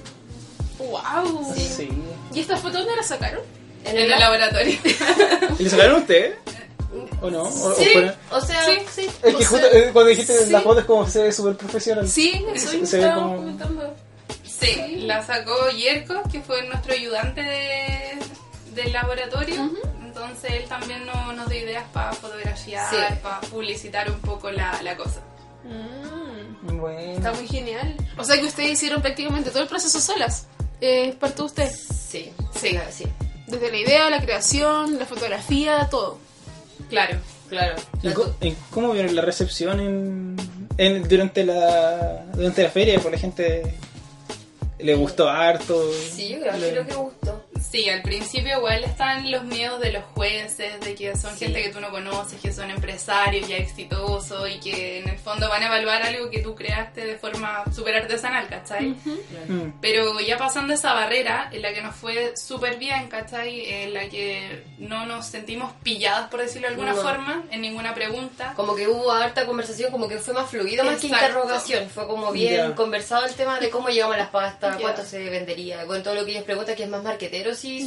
¡Wow! Sí. ¿Y estas fotos dónde las sacaron? En el laboratorio. ¿Y le sacaron ustedes? ¿O no? Sí, o sea, sí. Es que justo cuando dijiste las fotos como se ve súper profesional. Sí, eso yo se ve estaba como... comentando. Sí, la sacó Yerko, que fue nuestro ayudante del laboratorio. Entonces él también nos dio ideas para fotografiar, para publicitar un poco la cosa. Bueno. Está muy genial. O sea que ustedes hicieron prácticamente todo el proceso solas. ¿Parte de usted? Sí. Desde la idea, la creación, la fotografía, todo. Claro. ¿Y cómo vieron la recepción durante la feria? Por la gente le gustó harto. Sí, yo creo que gustó. Sí, al principio igual están los miedos de los jueces, de que son gente que tú no conoces, que son empresarios ya exitosos y que en el fondo van a evaluar algo que tú creaste de forma súper artesanal, ¿cachai? Pero ya pasando esa barrera, en la que nos fue súper bien, ¿cachai? En la que no nos sentimos pilladas, por decirlo de alguna forma, en ninguna pregunta. Como que hubo harta conversación, como que fue más fluido, más que interrogación. Fue como bien conversado el tema de cómo llegamos a las pastas, cuánto se vendería, con todo lo que ellos preguntan, que es más marquetero, sí,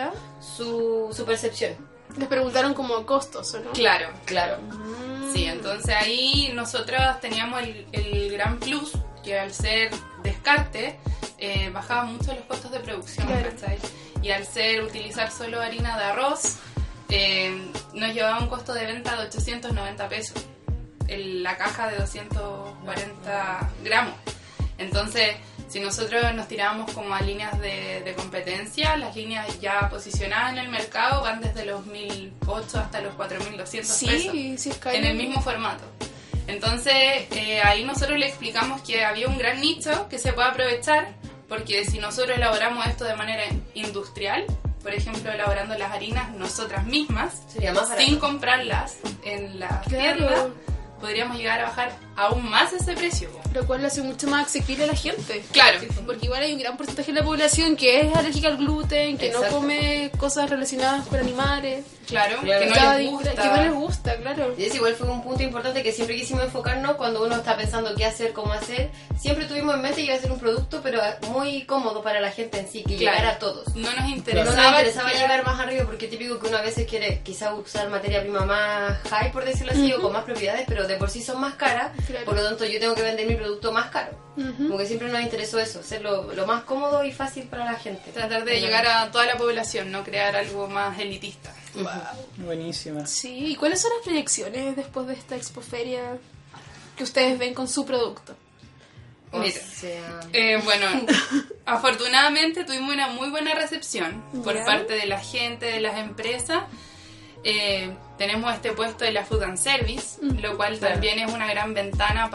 su percepción. Les preguntaron como costos, ¿o no? Claro. Sí, entonces ahí nosotros teníamos el gran plus, que al ser descarte, bajaban mucho los costos de producción, ¿cachai? Y al utilizar solo harina de arroz, nos llevaba un costo de venta de 890 pesos, la caja de 240 gramos. Entonces, si nosotros nos tirábamos como a líneas de competencia, las líneas ya posicionadas en el mercado van desde los 1.008 hasta los 4.200 pesos en el mismo formato. Entonces, ahí nosotros le explicamos que había un gran nicho que se puede aprovechar, porque si nosotros elaboramos esto de manera industrial, por ejemplo, elaborando las harinas nosotras mismas, sería más barato. sin comprarlas en la tienda, podríamos llegar a bajar aún más ese precio. Lo cual lo hace mucho más accesible a la gente. Claro. Porque igual hay un gran porcentaje de la población que es alérgica al gluten, que Exacto. no come cosas relacionadas con animales. Claro, Claro. que no Cada les día- gusta. Que no les gusta, claro. Y es igual fue un punto importante que siempre quisimos enfocarnos cuando uno está pensando qué hacer, cómo hacer. Siempre tuvimos en mente que iba a ser un producto, pero muy cómodo para la gente en sí, que Claro. llegara a todos. No nos No interesaba, nos interesaba que- llegar más arriba porque típico que uno a veces quiere quizá usar materia prima más high, por decirlo así, o con más propiedades, pero de por sí son más caras, Claro. por lo tanto yo tengo que vender mi producto más caro. Ujú. Como que siempre nos interesó eso, ser lo más cómodo y fácil para la gente. tratar de llegar a toda la población, no crear algo más elitista. Buenísima. Sí, ¿y cuáles son las proyecciones después de esta expoferia que ustedes ven con su producto? O Mira. sea, Bueno, afortunadamente tuvimos una muy buena recepción por Ya. parte de la gente, de las empresas. Tenemos este puesto de la Food and Service, lo cual Claro. también es una gran ventana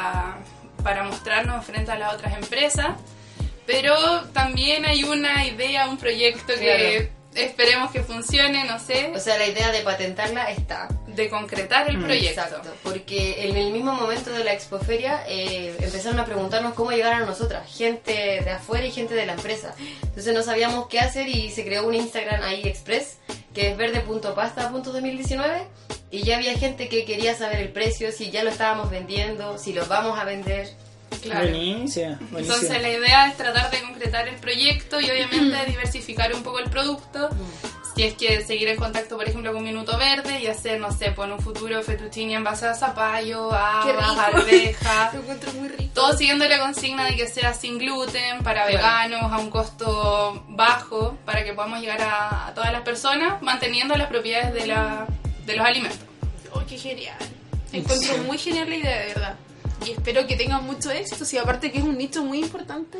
para mostrarnos frente a las otras empresas. Pero también hay una idea, un proyecto que esperemos que funcione, no sé, o sea, la idea de patentarla está. de concretar el proyecto. Exacto, porque en el mismo momento de la expoferia empezaron a preguntarnos cómo llegar a nosotras, gente de afuera y gente de la empresa. Entonces no sabíamos qué hacer y se creó un Instagram ahí express, que es verde.pasta.2019, y ya había gente que quería saber el precio, si ya lo estábamos vendiendo, si lo vamos a vender. Claro. Buenísima, buenísima. Entonces la idea es tratar de concretar el proyecto y obviamente diversificar un poco el producto. Si es que seguir en contacto, por ejemplo, con Minuto Verde y hacer, no sé, pues en un futuro fettuccine en base a zapallo, ¡Qué rico! habas, arveja. Lo encuentro muy rico. Todo siguiendo la consigna de que sea sin gluten, para veganos, a un costo bajo, para que podamos llegar a todas las personas, manteniendo las propiedades de los alimentos. ¡Oh, qué genial! Encuentro muy genial la idea, de verdad. Y espero que tengan mucho éxito, y aparte que es un nicho muy importante.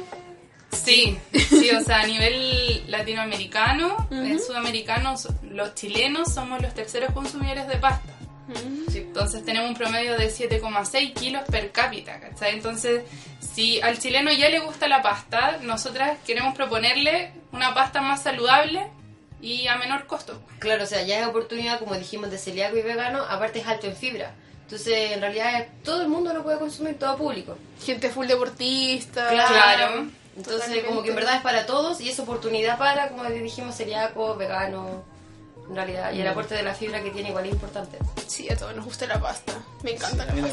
Sí, o sea, a nivel latinoamericano, sudamericano, los chilenos somos los terceros consumidores de pasta. Entonces tenemos un promedio de 7,6 kilos per cápita, ¿cachai? Entonces, si al chileno ya le gusta la pasta, nosotras queremos proponerle una pasta más saludable y a menor costo. Claro, o sea, ya es oportunidad, como dijimos, de celíaco y vegano, aparte es alto en fibra. Entonces, en realidad, todo el mundo lo puede consumir, todo público. Gente full deportista. Claro. Entonces, Totalmente. como que en verdad es para todos y es oportunidad para, como dijimos, celíaco, vegano, en realidad. Y el aporte de la fibra que tiene igual es importante. Sí, a todos nos gusta la pasta. Me encanta la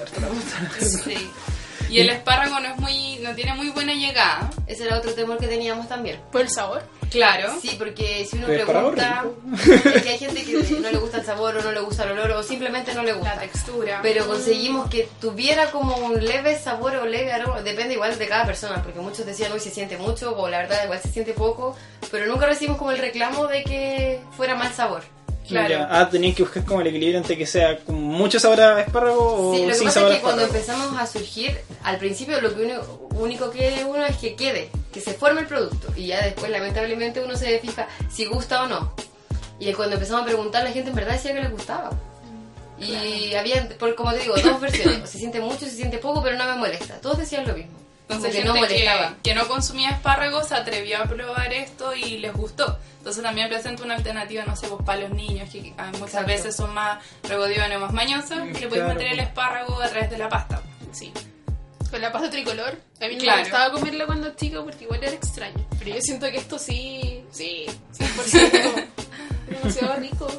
pasta. Sí. Y el espárrago no tiene muy buena llegada. Ese era otro temor que teníamos también. ¿Por el sabor? Claro. Sí, porque si uno Pero espárrago pregunta, es que hay gente que no le gusta el sabor o no le gusta el olor o simplemente no le La gusta. textura. Pero conseguimos que tuviera como un leve sabor o leve aroma, depende igual de cada persona, porque muchos decían, uy, se siente mucho, o la verdad igual se siente poco, pero nunca recibimos como el reclamo de que fuera mal sabor. Claro. Ya. Tenían que buscar como el equilibrio entre que sea con mucho sabor a espárrago o Sí, lo que sin pasa sabor es a que cuando espárrago. empezamos a surgir, al principio lo que único que quiere uno es que quede, que se forme el producto, y ya después lamentablemente uno se fija si gusta o no. Y cuando empezamos a preguntar, la gente en verdad decía que les gustaba. Y había, como te digo, dos versiones, o se siente mucho, se siente poco, pero no me molesta. Todos decían lo mismo. Entonces Como que no gente molestaba. que no consumía espárragos se atrevió a probar esto y les gustó. Entonces también presenta una alternativa, no sé, pues para los niños que muchas Exacto. veces son más regodiones, más mañosos, que le puedes Claro. meter el espárrago a través de la pasta. Sí. Con la pasta tricolor. A mí no Claro. me gustaba comerla cuando chica porque igual era extraño. Pero yo siento que esto sí, 100%. Demasiado rico.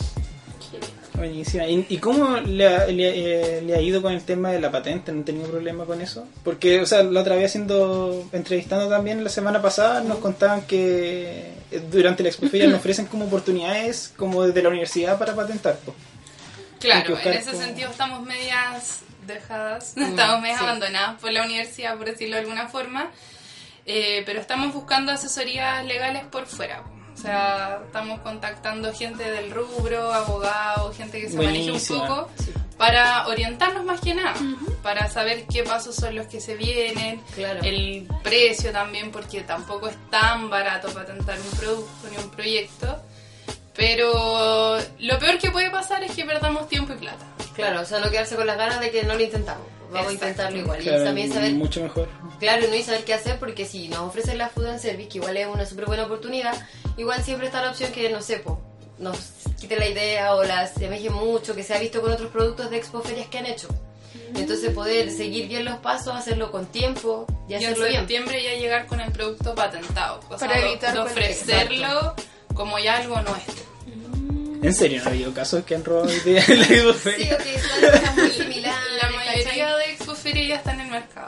Buenísima. ¿Y cómo le ha ido con el tema de la patente? ¿No han tenido problema con eso? Porque, o sea, la otra vez entrevistando también la semana pasada, nos contaban que durante la expoferia nos ofrecen como oportunidades como desde la universidad para patentar. Pues. Hay que Claro, buscar en ese como- sentido estamos medias dejadas, estamos medias sí. abandonadas por la universidad, por decirlo de alguna forma, pero estamos buscando asesorías legales por fuera. O sea, estamos contactando gente del rubro, abogados, gente que se maneje un Buenísima. poco, para orientarnos más que nada, para saber qué pasos son los que se vienen, Claro. el precio también, porque tampoco es tan barato patentar un producto ni un proyecto. Pero lo peor que puede pasar es que perdamos tiempo y plata. Claro, o sea, no quedarse con las ganas de que no lo intentamos. Vamos a Exacto. intentarlo igual. Claro, y también saber, mucho mejor. claro, no y saber qué hacer, porque si nos ofrecen la Food and Service, que igual es una súper buena oportunidad, igual siempre está la opción que, no sé, nos quite la idea o la asemeje mucho, que se ha visto con otros productos de expoferias que han hecho. Entonces poder seguir bien los pasos, hacerlo con tiempo y Y en hacerlo bien. septiembre ya llegar con el producto patentado. O sea, Para evitar de ofrecerlo como ya algo nuestro. ¿En serio no ha habido casos que han robado ideas en la Sí, Expoferia? ok, son cosas muy similares. La mayoría de Expoferia ya está en el mercado.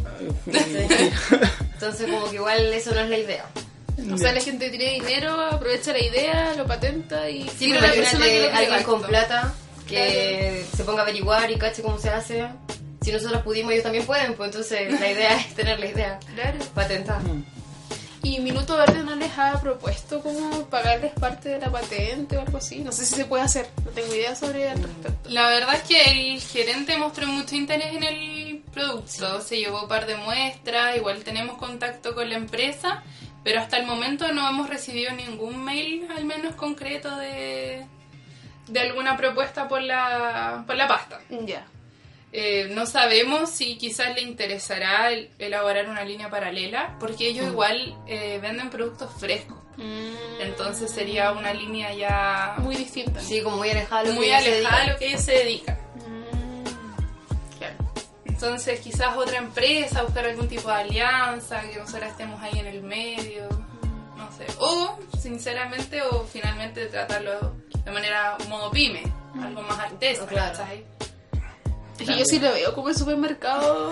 Entonces como que igual eso no es la idea. O sea, la gente tiene dinero, aprovecha la idea, lo patenta y Sí, tira pero a la persona que imagínate lo alguien cree. con plata que se ponga a averiguar y cache cómo se hace. Si nosotros pudimos, ellos también pueden, pues entonces la idea es tener la idea Claro. patentada. ¿Y Minuto Verde no les ha propuesto como pagarles parte de la patente o algo así? No sé si se puede hacer, no tengo idea sobre el respecto. La verdad es que el gerente mostró mucho interés en el producto, se llevó un par de muestras, igual tenemos contacto con la empresa, pero hasta el momento no hemos recibido ningún mail, al menos concreto, de alguna propuesta por la pasta. Ya. No sabemos si quizás le interesará elaborar una línea paralela, porque ellos igual venden productos frescos. Entonces sería una línea ya Muy distinta. Sí, como muy alejada de lo muy que ellos se alejada de dedican. lo que ellos se dedican. Claro. Entonces quizás otra empresa, buscar algún tipo de alianza, que nosotros estemos ahí en el medio, no sé. O, sinceramente, o finalmente tratarlo de manera modo pyme, algo más artesano, Claro. ¿cachai? Es que yo sí lo veo como el supermercado.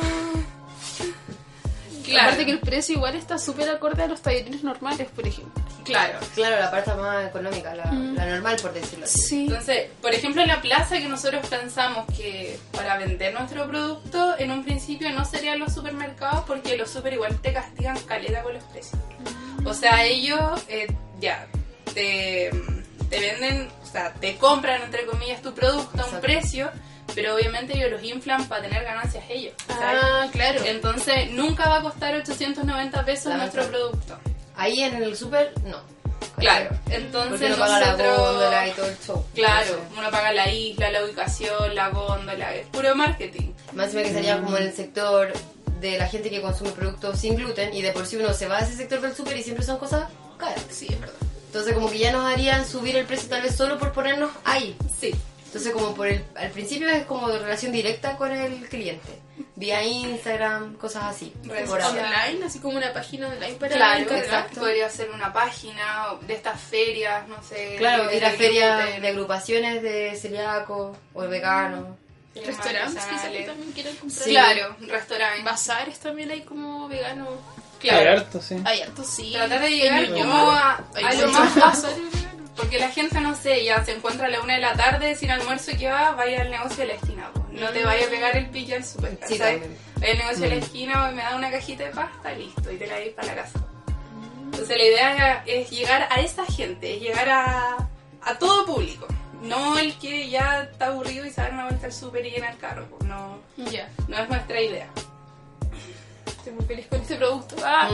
Claro. Aparte que el precio igual está súper acorde a los tallerines normales, por ejemplo. Claro. Claro, la parte más económica, la normal, por decirlo así. Sí. Entonces, por ejemplo, en la plaza que nosotros pensamos que para vender nuestro producto, en un principio no serían los supermercados, porque los super igual te castigan caleta con los precios. O sea, ellos ya te venden, o sea, te compran, entre comillas, tu producto a un Exacto. precio, pero obviamente ellos los inflan para tener ganancias ellos. ¿sabes? Ah, claro. Entonces, nunca va a costar 890 pesos La nuestro verdad. producto. Ahí en el súper, no. Claro, Porque entonces uno paga la nosotros... góndola y todo el show. Claro, Entonces, uno paga la isla, la ubicación, la góndola, es puro marketing. más encima que sería como en el sector de la gente que consume productos sin gluten, y de por sí uno se va a ese sector del súper y siempre son cosas caras. Sí, es verdad. Entonces como que ya nos harían subir el precio tal vez solo por ponernos ahí. Sí. Entonces como al principio es como de relación directa con el cliente. Vía Instagram, cosas así. Redes Por ahora. Online, así como una página online para Claro, encargar. exacto. podría ser una página de estas ferias, no sé. Claro, de ir a ferias gluten, de agrupaciones de celíacos o de veganos. ferias Restaurantes quizás que artesanales. también quieran comprar. Sí. Claro, restaurantes. Bazares también hay como veganos. Claro, Claro. harto, sí. Hay hartos, sí. Tratar de llegar En como a Hay lo muchos más bazares veganos. porque la gente, no sé, ya se encuentra a la 1 de la tarde sin almuerzo y que vaya al negocio de la esquina. Po. No te vaya a pegar el pillo al super, Sí, ¿sabes? también. Vaya al negocio de la esquina y me da una cajita de pasta, listo, y te la llevas para la casa. Entonces la idea es llegar a esa gente, es llegar a todo público. No el que ya está aburrido y se da una vuelta al súper y llena el carro. Pues no, Ya. no es nuestra idea. Estoy muy feliz con este producto. Ah.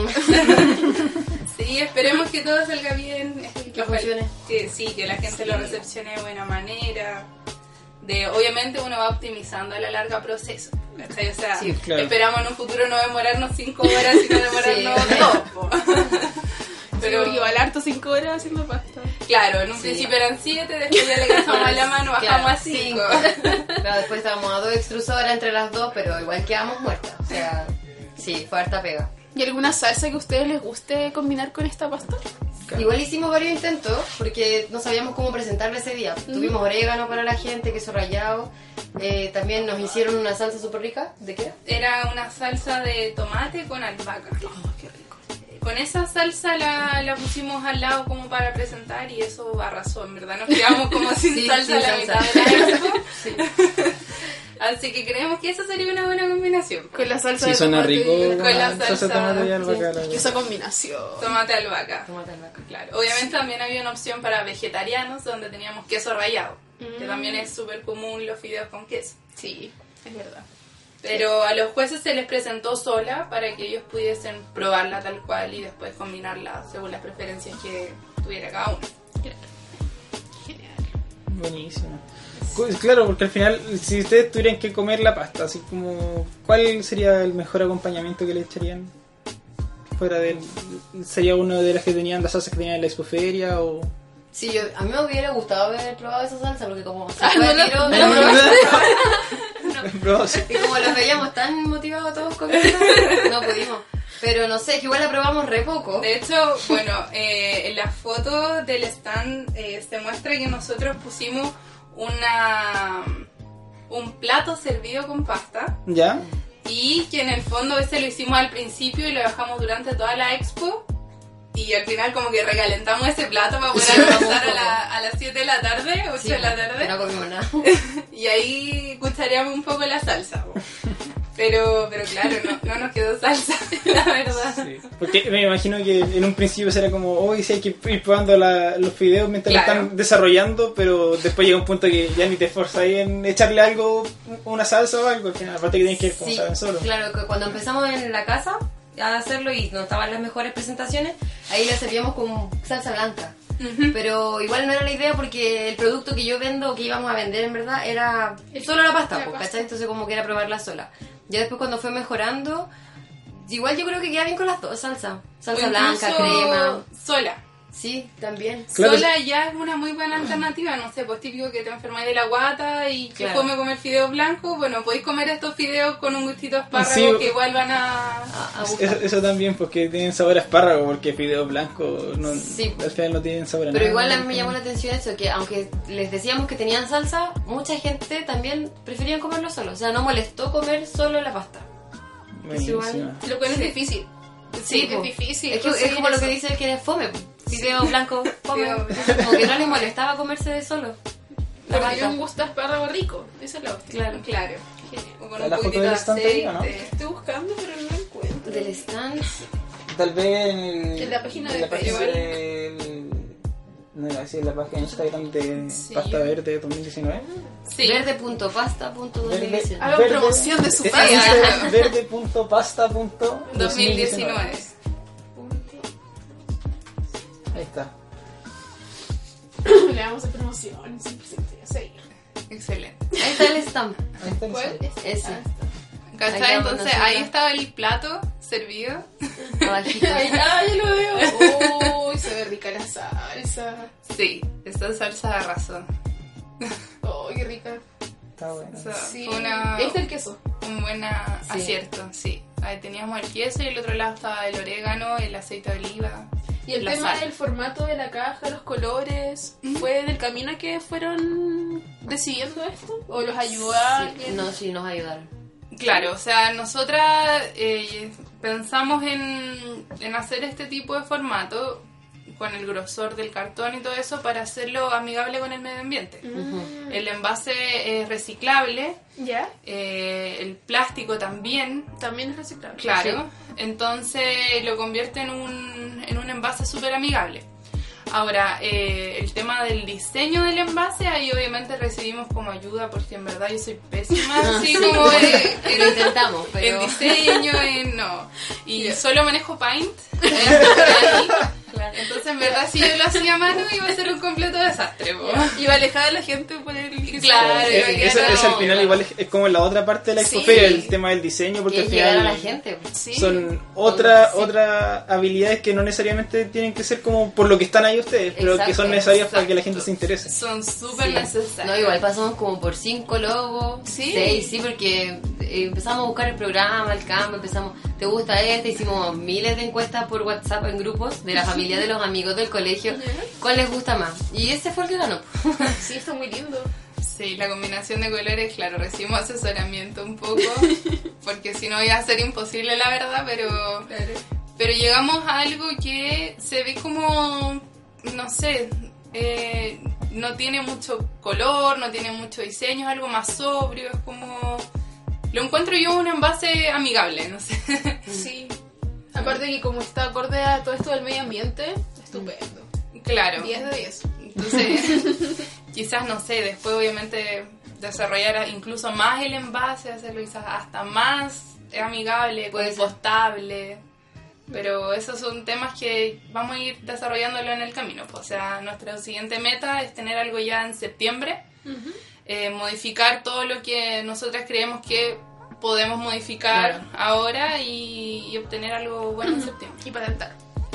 Sí, esperemos que todo salga bien. Que funcione. Que sí, que la gente lo recepcione de buena manera. Obviamente uno va optimizando a la larga proceso. ¿Cachai? O sea, Sí, claro. esperamos en un futuro no demorarnos 5 horas, sino demorarnos Sí. 2. po. Pero igual harto 5 horas haciendo pasta. Claro, en un Sí. principio eran 7, después ya le dejamos la mano, bajamos Claro, a 5. Claro, después estábamos a 2 extrusoras entre las dos, pero igual quedamos muertas. O sea, sí, fue harta pega. ¿Y alguna salsa que a ustedes les guste combinar con esta pasta? Igual hicimos varios intentos porque no sabíamos cómo presentarla ese día. Tuvimos orégano para la gente, queso rallado. También nos hicieron una salsa súper rica. ¿De qué era? Era una salsa de tomate con albahaca. Qué rico. Con esa salsa la pusimos al lado como para presentar y eso arrasó, en verdad. Nos quedamos como sin Sí, salsa sin a la salsa. mitad de la expo. Sí. Así que creemos que esa sería una buena combinación. Con la salsa Sí, de suena tomate rico. y Con la Salsa salsa, de tomate y albahaca, Sí, la que verdad. esa combinación. Tomate albahaca. Tomate albahaca. Claro. Obviamente también había una opción para vegetarianos donde teníamos queso rallado. Que también es súper común los fideos con queso. Sí, es verdad. Pero a los jueces se les presentó sola para que ellos pudiesen probarla tal cual y después combinarla según las preferencias que tuviera cada uno. Genial. Buenísimo. Claro, porque al final, si ustedes tuvieran que comer la pasta, así como, ¿cuál sería el mejor acompañamiento que le echarían? Fuera del, ¿sería uno de las que tenían, las salsas que tenían en la expoferia o...? Sí, a mí me hubiera gustado haber probado esa salsa porque como se Ah, fue no a tiro, la- no, No, Bro, sí. Y como los veíamos tan motivados todos comiendo, no pudimos. Pero no sé, que igual la probamos re poco. De hecho, bueno, en las fotos del stand se muestra que nosotros pusimos un plato servido con pasta. ¿Ya? Y que en el fondo ese lo hicimos al principio y lo dejamos durante toda la expo. Y al final como que recalentamos ese plato para poder almorzar a las 7 de la tarde, 8 de la tarde. No comimos nada. Y ahí cuchareamos un poco la salsa. Pero claro, no nos quedó salsa, la verdad. Sí. Porque me imagino que en un principio será como, hoy sí hay que ir probando los fideos mientras lo están desarrollando, pero después llega un punto que ya ni te esforzas en echarle algo, una salsa o algo, al final, aparte que tienes que ir como saben solo. Claro, que cuando empezamos en la casa a hacerlo y no estaban las mejores presentaciones, ahí le servíamos con salsa blanca. Pero igual no era la idea porque el producto que yo vendo, que íbamos a vender en verdad, era solo la pasta, ¿cachai? Entonces como que era probarla sola. Ya después cuando fue mejorando, igual yo creo que queda bien con las dos salsas. Salsa blanca, crema. Sola. Sí, también. Claro. Sola ya es una muy buena alternativa, no sé, pues típico que te enfermáis de la guata y que comer fideos blancos, bueno, podéis comer estos fideos con un gustito de espárrago que igual van a buscar. Eso también, porque tienen sabor a espárrago, porque fideos blancos no, al final no tienen sabor a nada. Pero igual a mí me llamó la atención eso, que aunque les decíamos que tenían salsa, mucha gente también preferían comerlo solo, o sea, no molestó comer solo la pasta. Buenísima. Lo cual es difícil. Sí, es difícil. Es como lo que dice el que es fome. Fideo blanco, fome. Como que no les molestaba comerse de solo. Porque tiene un gusto a espárrago rico. Esa es la cuestión. Claro. Genial. O con un poquitito de aceite. ¿No? Estoy buscando, pero no lo encuentro. Del stand. Tal vez en la página de Facebook. No iba a decir la página de Instagram de Pasta Verde 2019. Sí. Verde.pasta.2019. Hagan promoción de su página. Verde.pasta.2019. Ahí está. Le damos a promoción. Siempre se te seguir. Excelente. Ahí está el stand. ¿Cuál es? Ese. ¿Cachai? Entonces ahí estaba el plato servido. Abajito. Ahí está, ya lo veo. Uy, se ve rica la salsa. Sí, esta salsa de razón. Oh, qué rica. Está bueno. O sea, Sí. fue ¿Este es el queso? un buen acierto, sí. Ahí teníamos el queso y el otro lado estaba el orégano, el aceite de oliva. Y el la tema sal. del formato de la caja, los colores, ¿fue del camino que fueron decidiendo esto? ¿O los ayudó a alguien? No, sí, nos ayudaron. Claro, o sea, nosotras pensamos en hacer este tipo de formato con el grosor del cartón y todo eso para hacerlo amigable con el medio ambiente. El envase es reciclable, ¿Ya? el plástico también. También es reciclable. Claro, Sí. entonces lo convierte en un envase súper amigable. Ahora, el tema del diseño del envase, ahí obviamente recibimos como ayuda, porque en verdad yo soy pésima, así como Lo intentamos, pero... en diseño, no. Y solo manejo Paint. Entonces, en verdad, si yo lo hacía a mano, iba a ser un completo desastre. Iba a alejar a la gente por el... Claro, Eso al final igual es como la otra parte de la expoferia, el tema del diseño, porque Que al llegar final a la gente. son otras habilidades que no necesariamente tienen que ser como por lo que están ahí ustedes, pero que son necesarias para que la gente se interese. Son súper necesarias. No, igual pasamos como por 5 logos, ¿Sí? 6, sí, porque empezamos a buscar el programa, el campo, ¿te gusta este? Hicimos miles de encuestas por WhatsApp en grupos de la familia, de los amigos del colegio, ¿cuál les gusta más? Y ese fue el que ganó. Sí, está muy lindo. Sí, la combinación de colores, claro, recibimos asesoramiento un poco, porque si no iba a ser imposible, la verdad, pero llegamos a algo que se ve como, no sé, no tiene mucho color, no tiene mucho diseño, es algo más sobrio, es como... Lo encuentro yo un envase amigable, no sé. Sí. Aparte que como está acorde a todo esto del medio ambiente, estupendo. Claro. 10 de 10. Entonces, quizás, no sé, después obviamente desarrollar incluso más el envase, hacerlo quizás hasta más amigable, compostable. Pero esos son temas que vamos a ir desarrollándolo en el camino. O sea, nuestra siguiente meta es tener algo ya en septiembre. Modificar todo lo que nosotras creemos que podemos modificar ahora y obtener algo bueno en septiembre. Y patentar.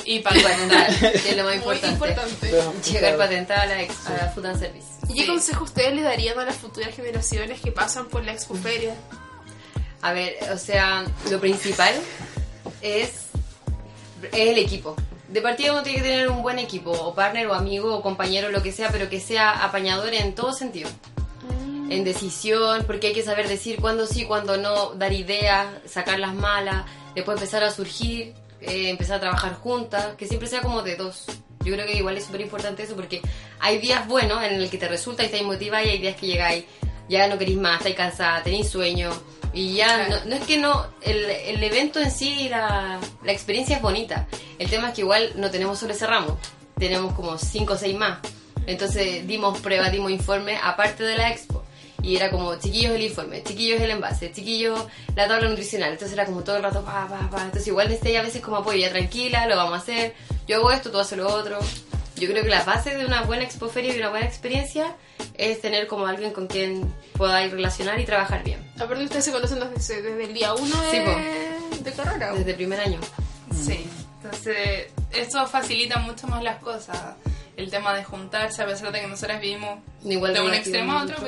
Y patentar. Que es lo más Muy importante. importante. Llegar patentada a la Food and Service. ¿Y qué consejo ustedes le darían a las futuras generaciones que pasan por la expoferia? A ver, o sea, lo principal es el equipo. De partida uno tiene que tener un buen equipo, o partner, o amigo, o compañero, lo que sea, pero que sea apañador en todo sentido. En decisión, porque hay que saber decir cuándo sí, cuándo no, dar ideas, sacar las malas, después empezar a surgir, empezar a trabajar juntas, que siempre sea como de dos. Yo creo que igual es súper importante eso, porque hay días buenos en el que te resulta y estáis motivada, y hay días que llegáis, ya no queréis más, estáis cansada, tenéis sueño, y ya no es que no, el evento en sí, la experiencia es bonita. El tema es que igual no tenemos solo ese ramo, tenemos como 5 o 6 más. Entonces dimos pruebas, dimos informes aparte de la expo. Y era como, chiquillos el informe, chiquillos el envase, chiquillos la tabla nutricional. Entonces era como todo el rato, Entonces igual necesité a veces como apoyo, ya tranquila, lo vamos a hacer. Yo hago esto, tú haces lo otro. Yo creo que la base de una buena expoferia y una buena experiencia es tener como alguien con quien podáis relacionar y trabajar bien. Aparte ustedes se conocen desde el día 1 de carrera. Desde el primer año. Sí, entonces eso facilita mucho más las cosas. El tema de juntarse, a pesar de que nosotras vivimos igual de un extremo a otro,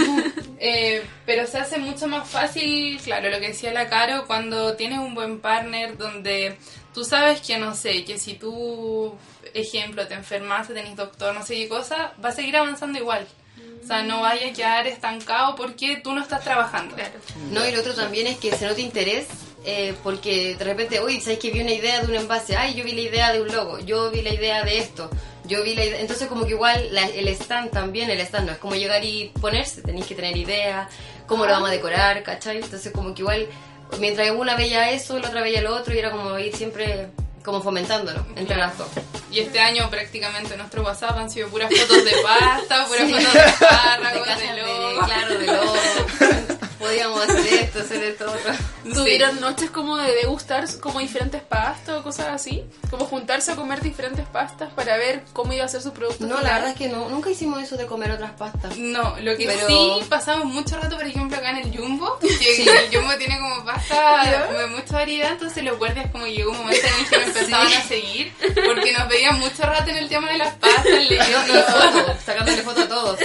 pero se hace mucho más fácil, claro, lo que decía la Caro, cuando tienes un buen partner donde tú sabes que, no sé, que si tú, ejemplo, te enfermaste, tenés doctor, no sé qué cosa, va a seguir avanzando igual. O sea, no vaya a quedar estancado porque tú no estás trabajando. Claro. No, y lo otro también es que se note interés, porque de repente, uy, ¿sabes que vi una idea de un envase? Ay, yo vi la idea de un logo, yo vi la idea de esto, yo vi la idea. Entonces como que igual el stand también, el stand no es como llegar y ponerse, tenéis que tener idea, cómo lo vamos a decorar, ¿cachai? Entonces como que igual, mientras una veía eso, la otra veía lo otro, y era como ir siempre como fomentándolo entre las dos. Y este año prácticamente nuestro WhatsApp han sido puras fotos de pasta, puras fotos de espárragos, de lobo. Claro, de lobo. Podíamos hacer esto, hacer esto, otro. ¿Tuvieron noches como de degustar como diferentes pastas o cosas así? Como juntarse a comer diferentes pastas para ver cómo iba a ser su producto. No, la verdad es que no, nunca hicimos eso de comer otras pastas. No, lo que sí pasamos mucho rato, por ejemplo, acá en el Jumbo, que el Jumbo tiene como pasta de mucha variedad, entonces los guardias como llegó un momento en el que me empezaban a seguir, porque nos veían mucho rato en el tema de las pastas, leyendo fotos, sacándole fotos a todos,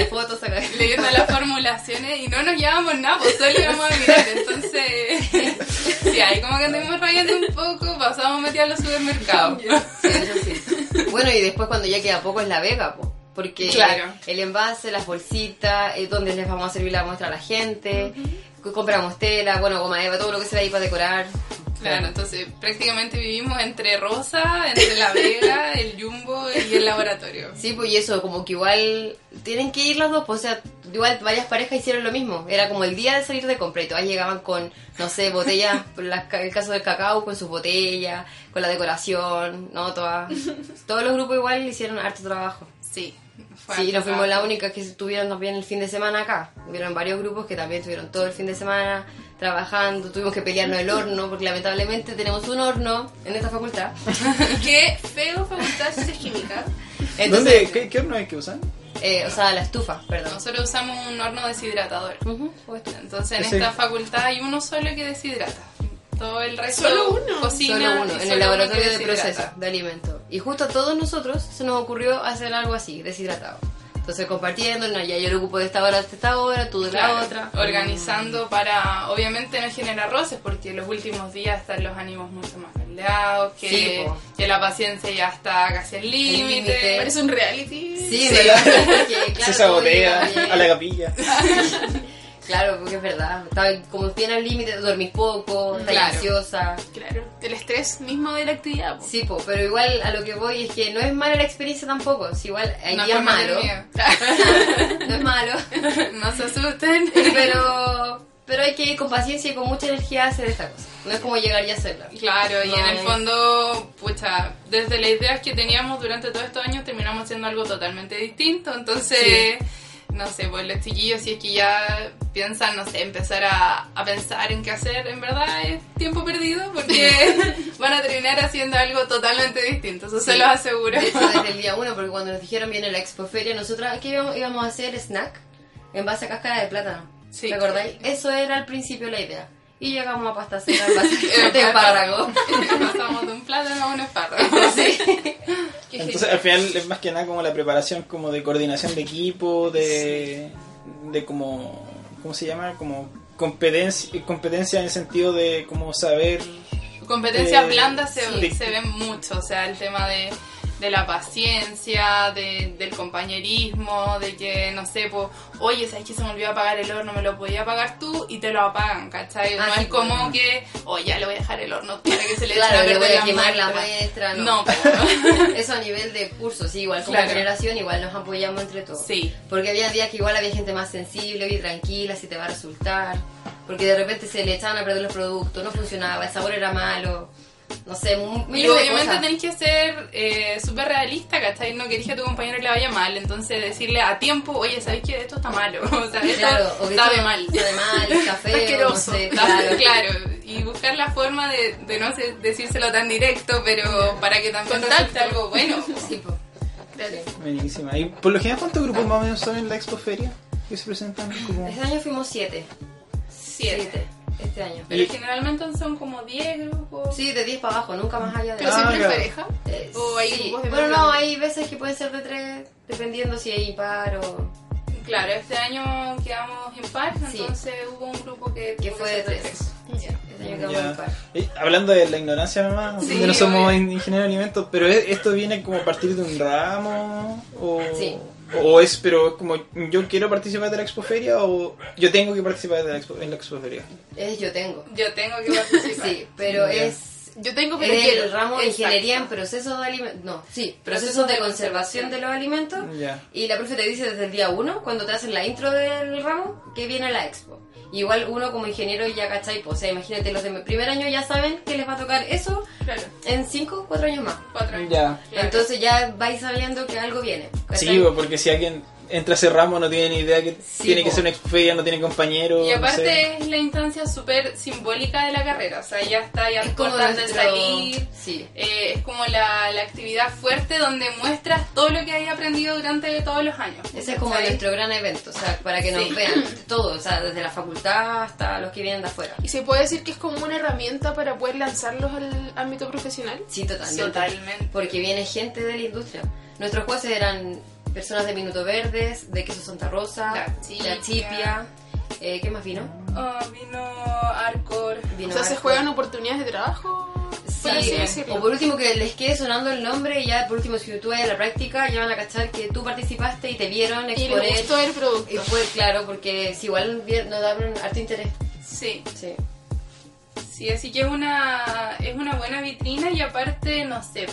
leyendo las formulaciones, y no nos llevábamos nada, pues solo íbamos a mirar. Entonces sí, ahí como que anduvimos rayando un poco, pasamos metidos a los supermercados. Sí, eso sí. Bueno, y después cuando ya queda poco es la vega, porque el envase, las bolsitas, donde les vamos a servir la muestra a la gente, compramos tela, bueno, goma eva, todo lo que se ve ahí para decorar. Claro, entonces prácticamente vivimos entre Rosa, entre La Vega, el Jumbo y el laboratorio. Sí, pues y eso, como que igual tienen que ir las dos, pues, o sea, igual varias parejas hicieron lo mismo. Era como el día de salir de compra y todas llegaban con, no sé, botellas, el caso del cacao, con sus botellas, con la decoración, ¿no? Todos los grupos igual hicieron harto trabajo. Sí. Sí, no fuimos las únicas que estuvieron también el fin de semana acá. Hubieron varios grupos que también estuvieron todo el fin de semana trabajando. Tuvimos que pelearnos el horno, porque lamentablemente tenemos un horno en esta facultad. Qué feo facultad si es química. Entonces, ¿Qué horno es que usan? O sea, la estufa, perdón. Nosotros usamos un horno deshidratador. Entonces en esta facultad hay uno solo que deshidrata. Todo el resto ¿Solo uno? Cocina. Solo uno, en el laboratorio de procesos de alimentos. Y justo a todos nosotros se nos ocurrió hacer algo así, deshidratado. Entonces compartiendo, no, ya yo lo ocupo de esta hora hasta esta hora, tú de la otra. Organizando para, obviamente, no generar roces, porque los últimos días están los ánimos mucho más caldeados, que la paciencia ya está casi al límite. Parece un reality. Sí, porque, claro, se sabotea a la capilla. Claro, porque es verdad. Estaba como bien al límite, dormís poco, estás ansiosa. Claro, el estrés mismo de la actividad. Sí, pero igual a lo que voy es que no es mala la experiencia tampoco. Si igual hay días malos. No es malo. No se asusten. Pero hay que ir con paciencia y con mucha energía a hacer esta cosa. No es como llegar y hacerla. Claro, y en el fondo, pucha, desde las ideas que teníamos durante todos estos años terminamos haciendo algo totalmente distinto. Entonces... No sé, pues los chiquillos, si es que ya piensan, no sé, empezar a pensar en qué hacer, en verdad es tiempo perdido, porque van a terminar haciendo algo totalmente distinto, eso se los aseguro. De hecho, desde el día 1, porque cuando nos dijeron viene la expoferia, nosotros aquí íbamos a hacer snack en base a cáscara de plátano. Sí. ¿Te acordáis? Eso era al principio la idea. y llegamos a pasta seca de espárrago. Pasamos de un plátano a un espárrago. Sí. Entonces al final es más que nada como la preparación como de coordinación de equipo, de como, ¿cómo se llama? Como competencia en el sentido de como saber... Competencias blandas se sí. ven mucho, o sea, el tema de la paciencia, del compañerismo, de que, no sé, pues, oye, ¿sabes que se me olvidó apagar el horno? Me lo podías apagar tú y te lo apagan, ¿cachai? No es como que, ya le voy a dejar el horno para que se le eche a Claro, le voy perder a quemar la muestra. muestra, No, pero... Eso a nivel de curso, sí, igual como Claro. generación, igual nos apoyamos entre todos. Sí. Porque había días que igual había gente más sensible y tranquila, si te va a resultar. Porque de repente se le echaban a perder los productos, no funcionaba, el sabor era malo. No sé, Y obviamente tenés que ser súper realista, ¿cachai? No querés que a tu compañero le vaya mal, entonces decirle a tiempo, oye, ¿sabes qué? Esto está malo, o sea, esto o que sabe mal. Sabe mal, está feo, asqueroso, no sé, claro. Y buscar la forma de no decírselo tan directo, pero para que también resulte algo bueno. Sí, pues. Buenísima. ¿Y por lo general cuántos grupos más o menos son en la Expo Feria que se presentan? Como... Este año fuimos 7. 7. Este año. Pero generalmente son como 10 grupos. Sí, de 10 para abajo, nunca más allá de ¿Pero siempre en claro. pareja? ¿O hay sí. grupos de Bueno, más no, grandes? hay veces que pueden ser de 3, dependiendo si hay impar o... Claro, este año quedamos impar, Sí. entonces hubo un grupo que fue de 3. Este año quedamos Ya. impar. Hablando de la ignorancia nomás, Sí, que no somos obvio. ingenieros de alimentos, pero ¿esto viene como a partir de un ramo? Sí. ¿O es, pero es como yo quiero participar de la Expoferia o yo tengo que participar de en la Expoferia? Yo tengo. Yo tengo que participar. Sí, pero Ya. Yo tengo, pero es quiero. el ramo de Exacto. ingeniería en procesos de alimentos. No, sí, procesos de conservación de los alimentos. Ya. Y la profe te dice desde el día 1, cuando te hacen la intro del ramo, que viene la expo. Igual uno como ingeniero ya cachai, pues, o sea, imagínate, los de primer año ya saben que les va a tocar eso Claro, en 5, 4 años más. 4 años. Ya. Claro. Entonces ya vais sabiendo que algo viene. ¿cachai? Sí, porque si alguien entra a ese ramo no tiene ni idea que tiene que po. ser una Expoferia, no tiene compañero. Y no aparte sé. es la instancia súper simbólica de la carrera, o sea, ya está ya Es como importante nuestro... salir, Sí. es como la actividad fuerte donde muestras todo lo que hay aprendido durante todos los años. Ese es como ¿cachai? nuestro gran evento, o sea, para que nos Sí. vean todo, o sea, desde la facultad hasta los que vienen de afuera. ¿Y se puede decir que es como una herramienta para poder lanzarlos al ámbito profesional? Sí, totalmente. Totalmente. Porque viene gente de la industria. Nuestros jueces eran personas de Minuto Verdes, de Queso Santa Rosa, La Chipia. ¿Qué más vino? Vino Arcor. Vino O sea, ¿se Arco. juegan oportunidades de trabajo? Por así Sí, decirlo. o por último que les quede sonando el nombre y ya por último si tú vas a la práctica ya van a cachar que tú participaste y te vieron Y exponer. les gustó el producto. Y fue claro, porque si igual nos daban harto interés. Sí, Sí. sí, así que es una buena vitrina y aparte, no sé,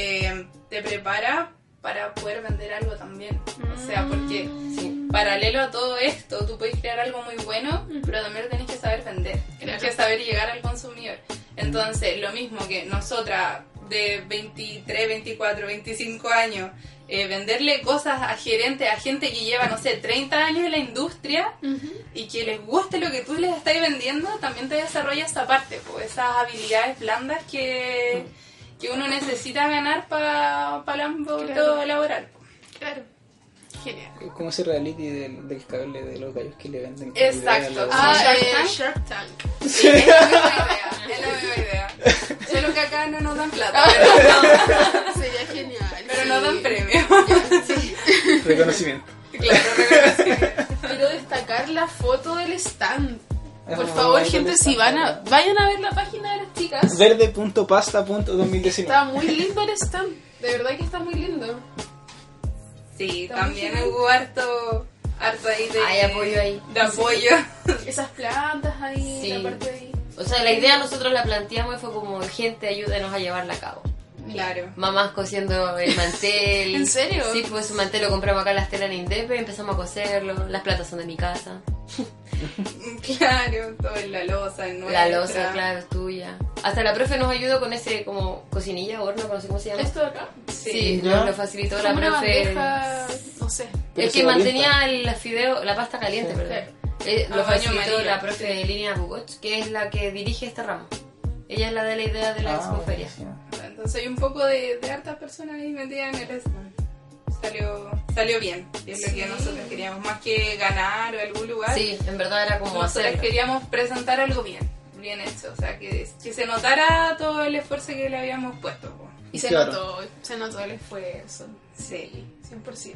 te prepara para poder vender algo también. O sea, porque Sí. paralelo a todo esto, tú puedes crear algo muy bueno, pero también lo tenés que saber vender. Tienes que saber llegar al consumidor. Entonces, lo mismo que nosotras de 23, 24, 25 años, venderle cosas a gerentes, a gente que lleva, no sé, 30 años en la industria y que les guste lo que tú les estás vendiendo, también te desarrolla esa parte, pues, esas habilidades blandas que uno necesita ganar para el ámbito Claro. laboral. Claro. Genial. Como ese reality del cable de los gallos que le venden. como Exacto. idea a la- Ah, Shark Tank. Shark Tank. Sí, es la misma idea. Solo que acá no nos dan plata, Sería genial. pero nos dan sí. premio. Reconocimiento. Claro, reconocido. Quiero destacar la foto del stand. Es Por muy favor, bonito gente, el si stand. vayan a ver la página de las chicas. Verde.pasta.2019. Está muy lindo el stand. De verdad que está muy lindo. Sí, Está también muy hubo harto ahí de... Hay apoyo ahí. De apoyo. Esas plantas ahí, Sí. la parte de ahí. O sea, la idea nosotros la planteamos y fue como, gente, ayúdenos a llevarla a cabo. Claro. Mamás cosiendo el mantel. ¿En serio? Sí, pues su mantel lo compramos acá en las telas en Indepe, empezamos a coserlo. Las platas son de mi casa. Claro, todo en la loza, en La nuestra. loza, claro, es tuya. Hasta la profe nos ayudó con ese como cocinilla, horno, no sé cómo se llama. ¿Esto de acá? Sí, ¿Ya? nos lo facilitó la Como una profe. bandeja, no sé. Pero Es se que calienta. mantenía el fideo, la pasta caliente, Sí. perdón. A Lo baño facilitó María. la profe Línea Bugoch, que es la que dirige este ramo. Ella es la de la idea de la Ah, expoferia. buenísimo. Entonces hay un poco de hartas personas ahí metidas en el stand. Salió bien. Y es lo que nosotros queríamos. Más que ganar o algún lugar. Sí, en verdad era como Nosotros hacerlo. queríamos presentar algo bien. bien hecho, o sea, que se notara todo el esfuerzo que le habíamos puesto. Po. Y se Claro. notó el esfuerzo. Sí. 100%.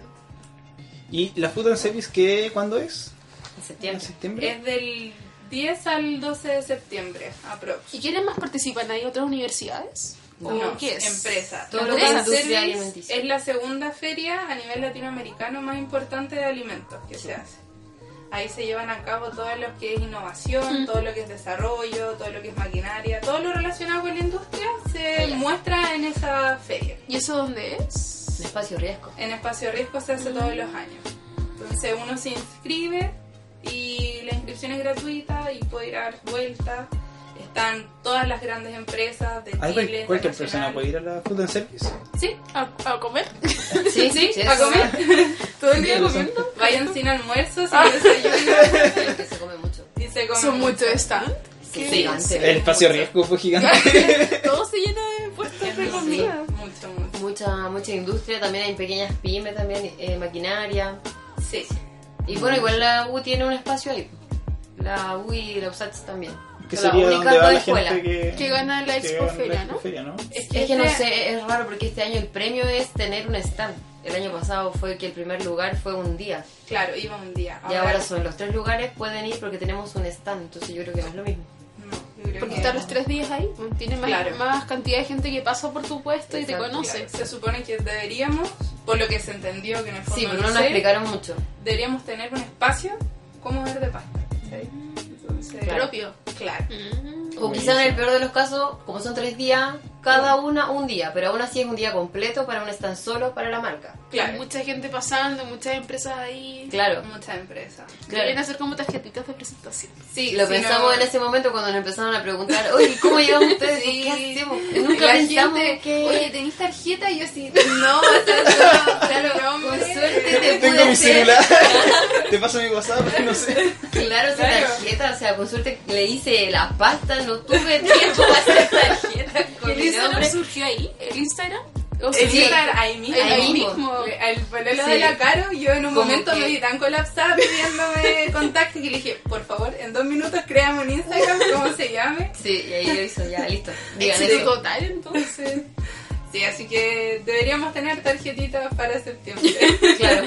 ¿Y la Food and Service cuándo es? En ¿En septiembre. septiembre? Es del 10 al 12 de septiembre, aprox. ¿Y quiénes más participan? ¿Hay otras universidades? ¿O No, qué es? empresa. Todo La lo que es Food and industria Service alimenticia. es la segunda feria a nivel latinoamericano más importante de alimentos que se hace. Ahí se llevan a cabo todo lo que es innovación, todo lo que es desarrollo, todo lo que es maquinaria, todo lo relacionado con la industria se muestra en esa feria. ¿Y eso dónde es? Un espacio riesgo. En Espacio Riesgo se hace todos los años. Entonces uno se inscribe y la inscripción es gratuita y puede ir a dar vueltas. Están todas las grandes empresas de ¿Hay Chile, cualquier persona internacional. puede ir a la Food and Service? Sí, ¿A comer? Sí, sí, sí, a eso. comer. ¿Todo el día Interesante. comiendo? Vayan sin almuerzo, sin desayuno Sí, que se come mucho. y se comen ¿Son mucho. muchos stand? Sí, ¿Qué? gigante. El espacio riesgo fue gigante. Todo se llena de puestos de comida. Mucho. Mucha industria, también hay pequeñas pymes, también maquinaria. Sí. Y bueno, igual la U tiene un espacio ahí. La U y la USACH también. Que Son las sería únicas donde va dos la escuelas. gente Que gana la que Expo gana la Feria, Expo ¿no? Feria, ¿no? Es que no sé, es raro porque este año el premio es tener un stand. El año pasado fue que el primer lugar fue un día. Claro, iba un día. Y ahora son los 3 lugares, pueden ir porque tenemos un stand. Entonces yo creo que no es lo mismo. No, yo creo Porque que están los 3 días ahí. Tiene más, Claro. más cantidad de gente que pasa por tu puesto y te Exacto, conoce. Se supone que deberíamos, por lo que se entendió que en el fondo Sí, pero no no nos sé, explicaron mucho. deberíamos tener un espacio como ver de pasta. ¿sí? Entonces, Claro. Propio. Claro. O quizás en el peor de los casos, como son 3 días, cada una un día. Pero aún así es un día completo para un stand solo para la marca. Claro. Hay mucha gente pasando, muchas empresas ahí. Claro. Muchas empresas. Deberían hacer como tarjetitas de presentación. Sí, Lo si pensamos no- en ese momento cuando nos empezaron a preguntar, oye, ¿cómo llegamos ustedes? Sí. ¿Qué hacemos? Y Nunca la pensamos gente, que... oye, ¿tenés tarjeta? Y yo sí, no, o sea, no, claro, con suerte te Tengo pude mi hacer. celular. Te paso mi WhatsApp, no sé. Claro, sin Claro. tarjeta, o sea, con suerte le hice las pastas, no tuve tiempo para hacer tarjeta con ¿El mi Instagram nombre. surgió ahí? ¿El Instagram? ¿O El sí? Instagram ahí mismo. Ahí mismo. El pololo Sí. de la Caro, yo en un Como momento que- me vi tan colapsada pidiéndome contacto que le dije, por favor, en 2 minutos créame un Instagram, ¿cómo se llame? Sí, y ahí lo hizo, ya, listo. Digan Éxito eso. total, entonces. Sí, así que deberíamos tener tarjetitas para septiembre. Claro.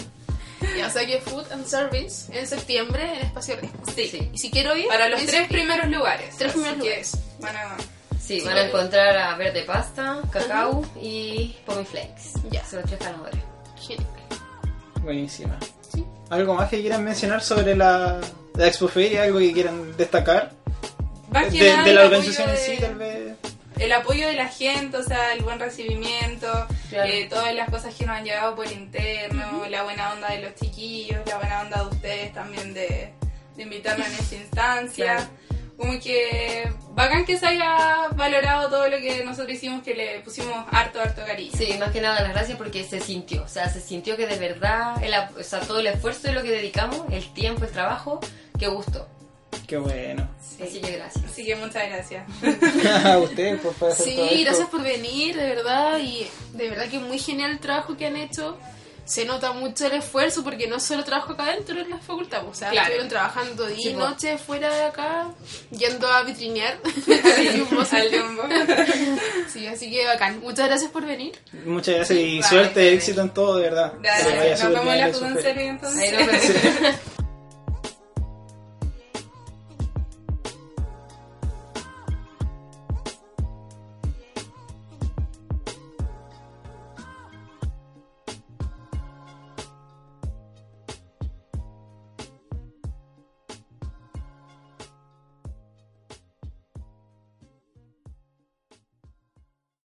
Ya, o sea que Food and Service en septiembre en Espacio Riesgo. Sí. Y si quiero ir, Para los es- 3 primeros lugares. 3 Así primeros que lugares. Van a... Sí, van a encontrar a Verde Pasta, Cacao y Pommy Flakes. Ya. Son los 3 ganadores. Genial. Buenísima. ¿Algo más que quieran mencionar sobre la Expo Feria? ¿Algo que quieran destacar? Más que De, nada de el la apoyo organización en de- sí, tal vez. El apoyo de la gente, o sea, el buen recibimiento, Claro. todas las cosas que nos han llegado por interno, la buena onda de los chiquillos, la buena onda de ustedes también de invitarnos en esta instancia. Claro. Como que bacán que se haya valorado todo lo que nosotros hicimos, que le pusimos harto cariño. Sí, más que nada las gracias porque se sintió. O sea, se sintió que de verdad, o sea, todo el esfuerzo y lo que dedicamos, el tiempo, el trabajo, que gustó. Qué bueno. Así que gracias. Así que muchas gracias. A ustedes por hacer todo Sí, esto. gracias por venir, de verdad. Y de verdad que muy genial el trabajo que han hecho. Se nota mucho el esfuerzo porque no es solo trabajo acá dentro en la facultad, o sea, Claro. estuvieron trabajando día Sí, y po. noche fuera de acá, yendo a vitrinear. Al Jumbo. Sí, así que bacán. Muchas gracias por venir. Muchas gracias y Vale, suerte, vale. éxito en todo, de verdad. Gracias. Que vaya Nos súper vemos en bien la Expo Food and Feria. Service entonces. Ahí nos vemos.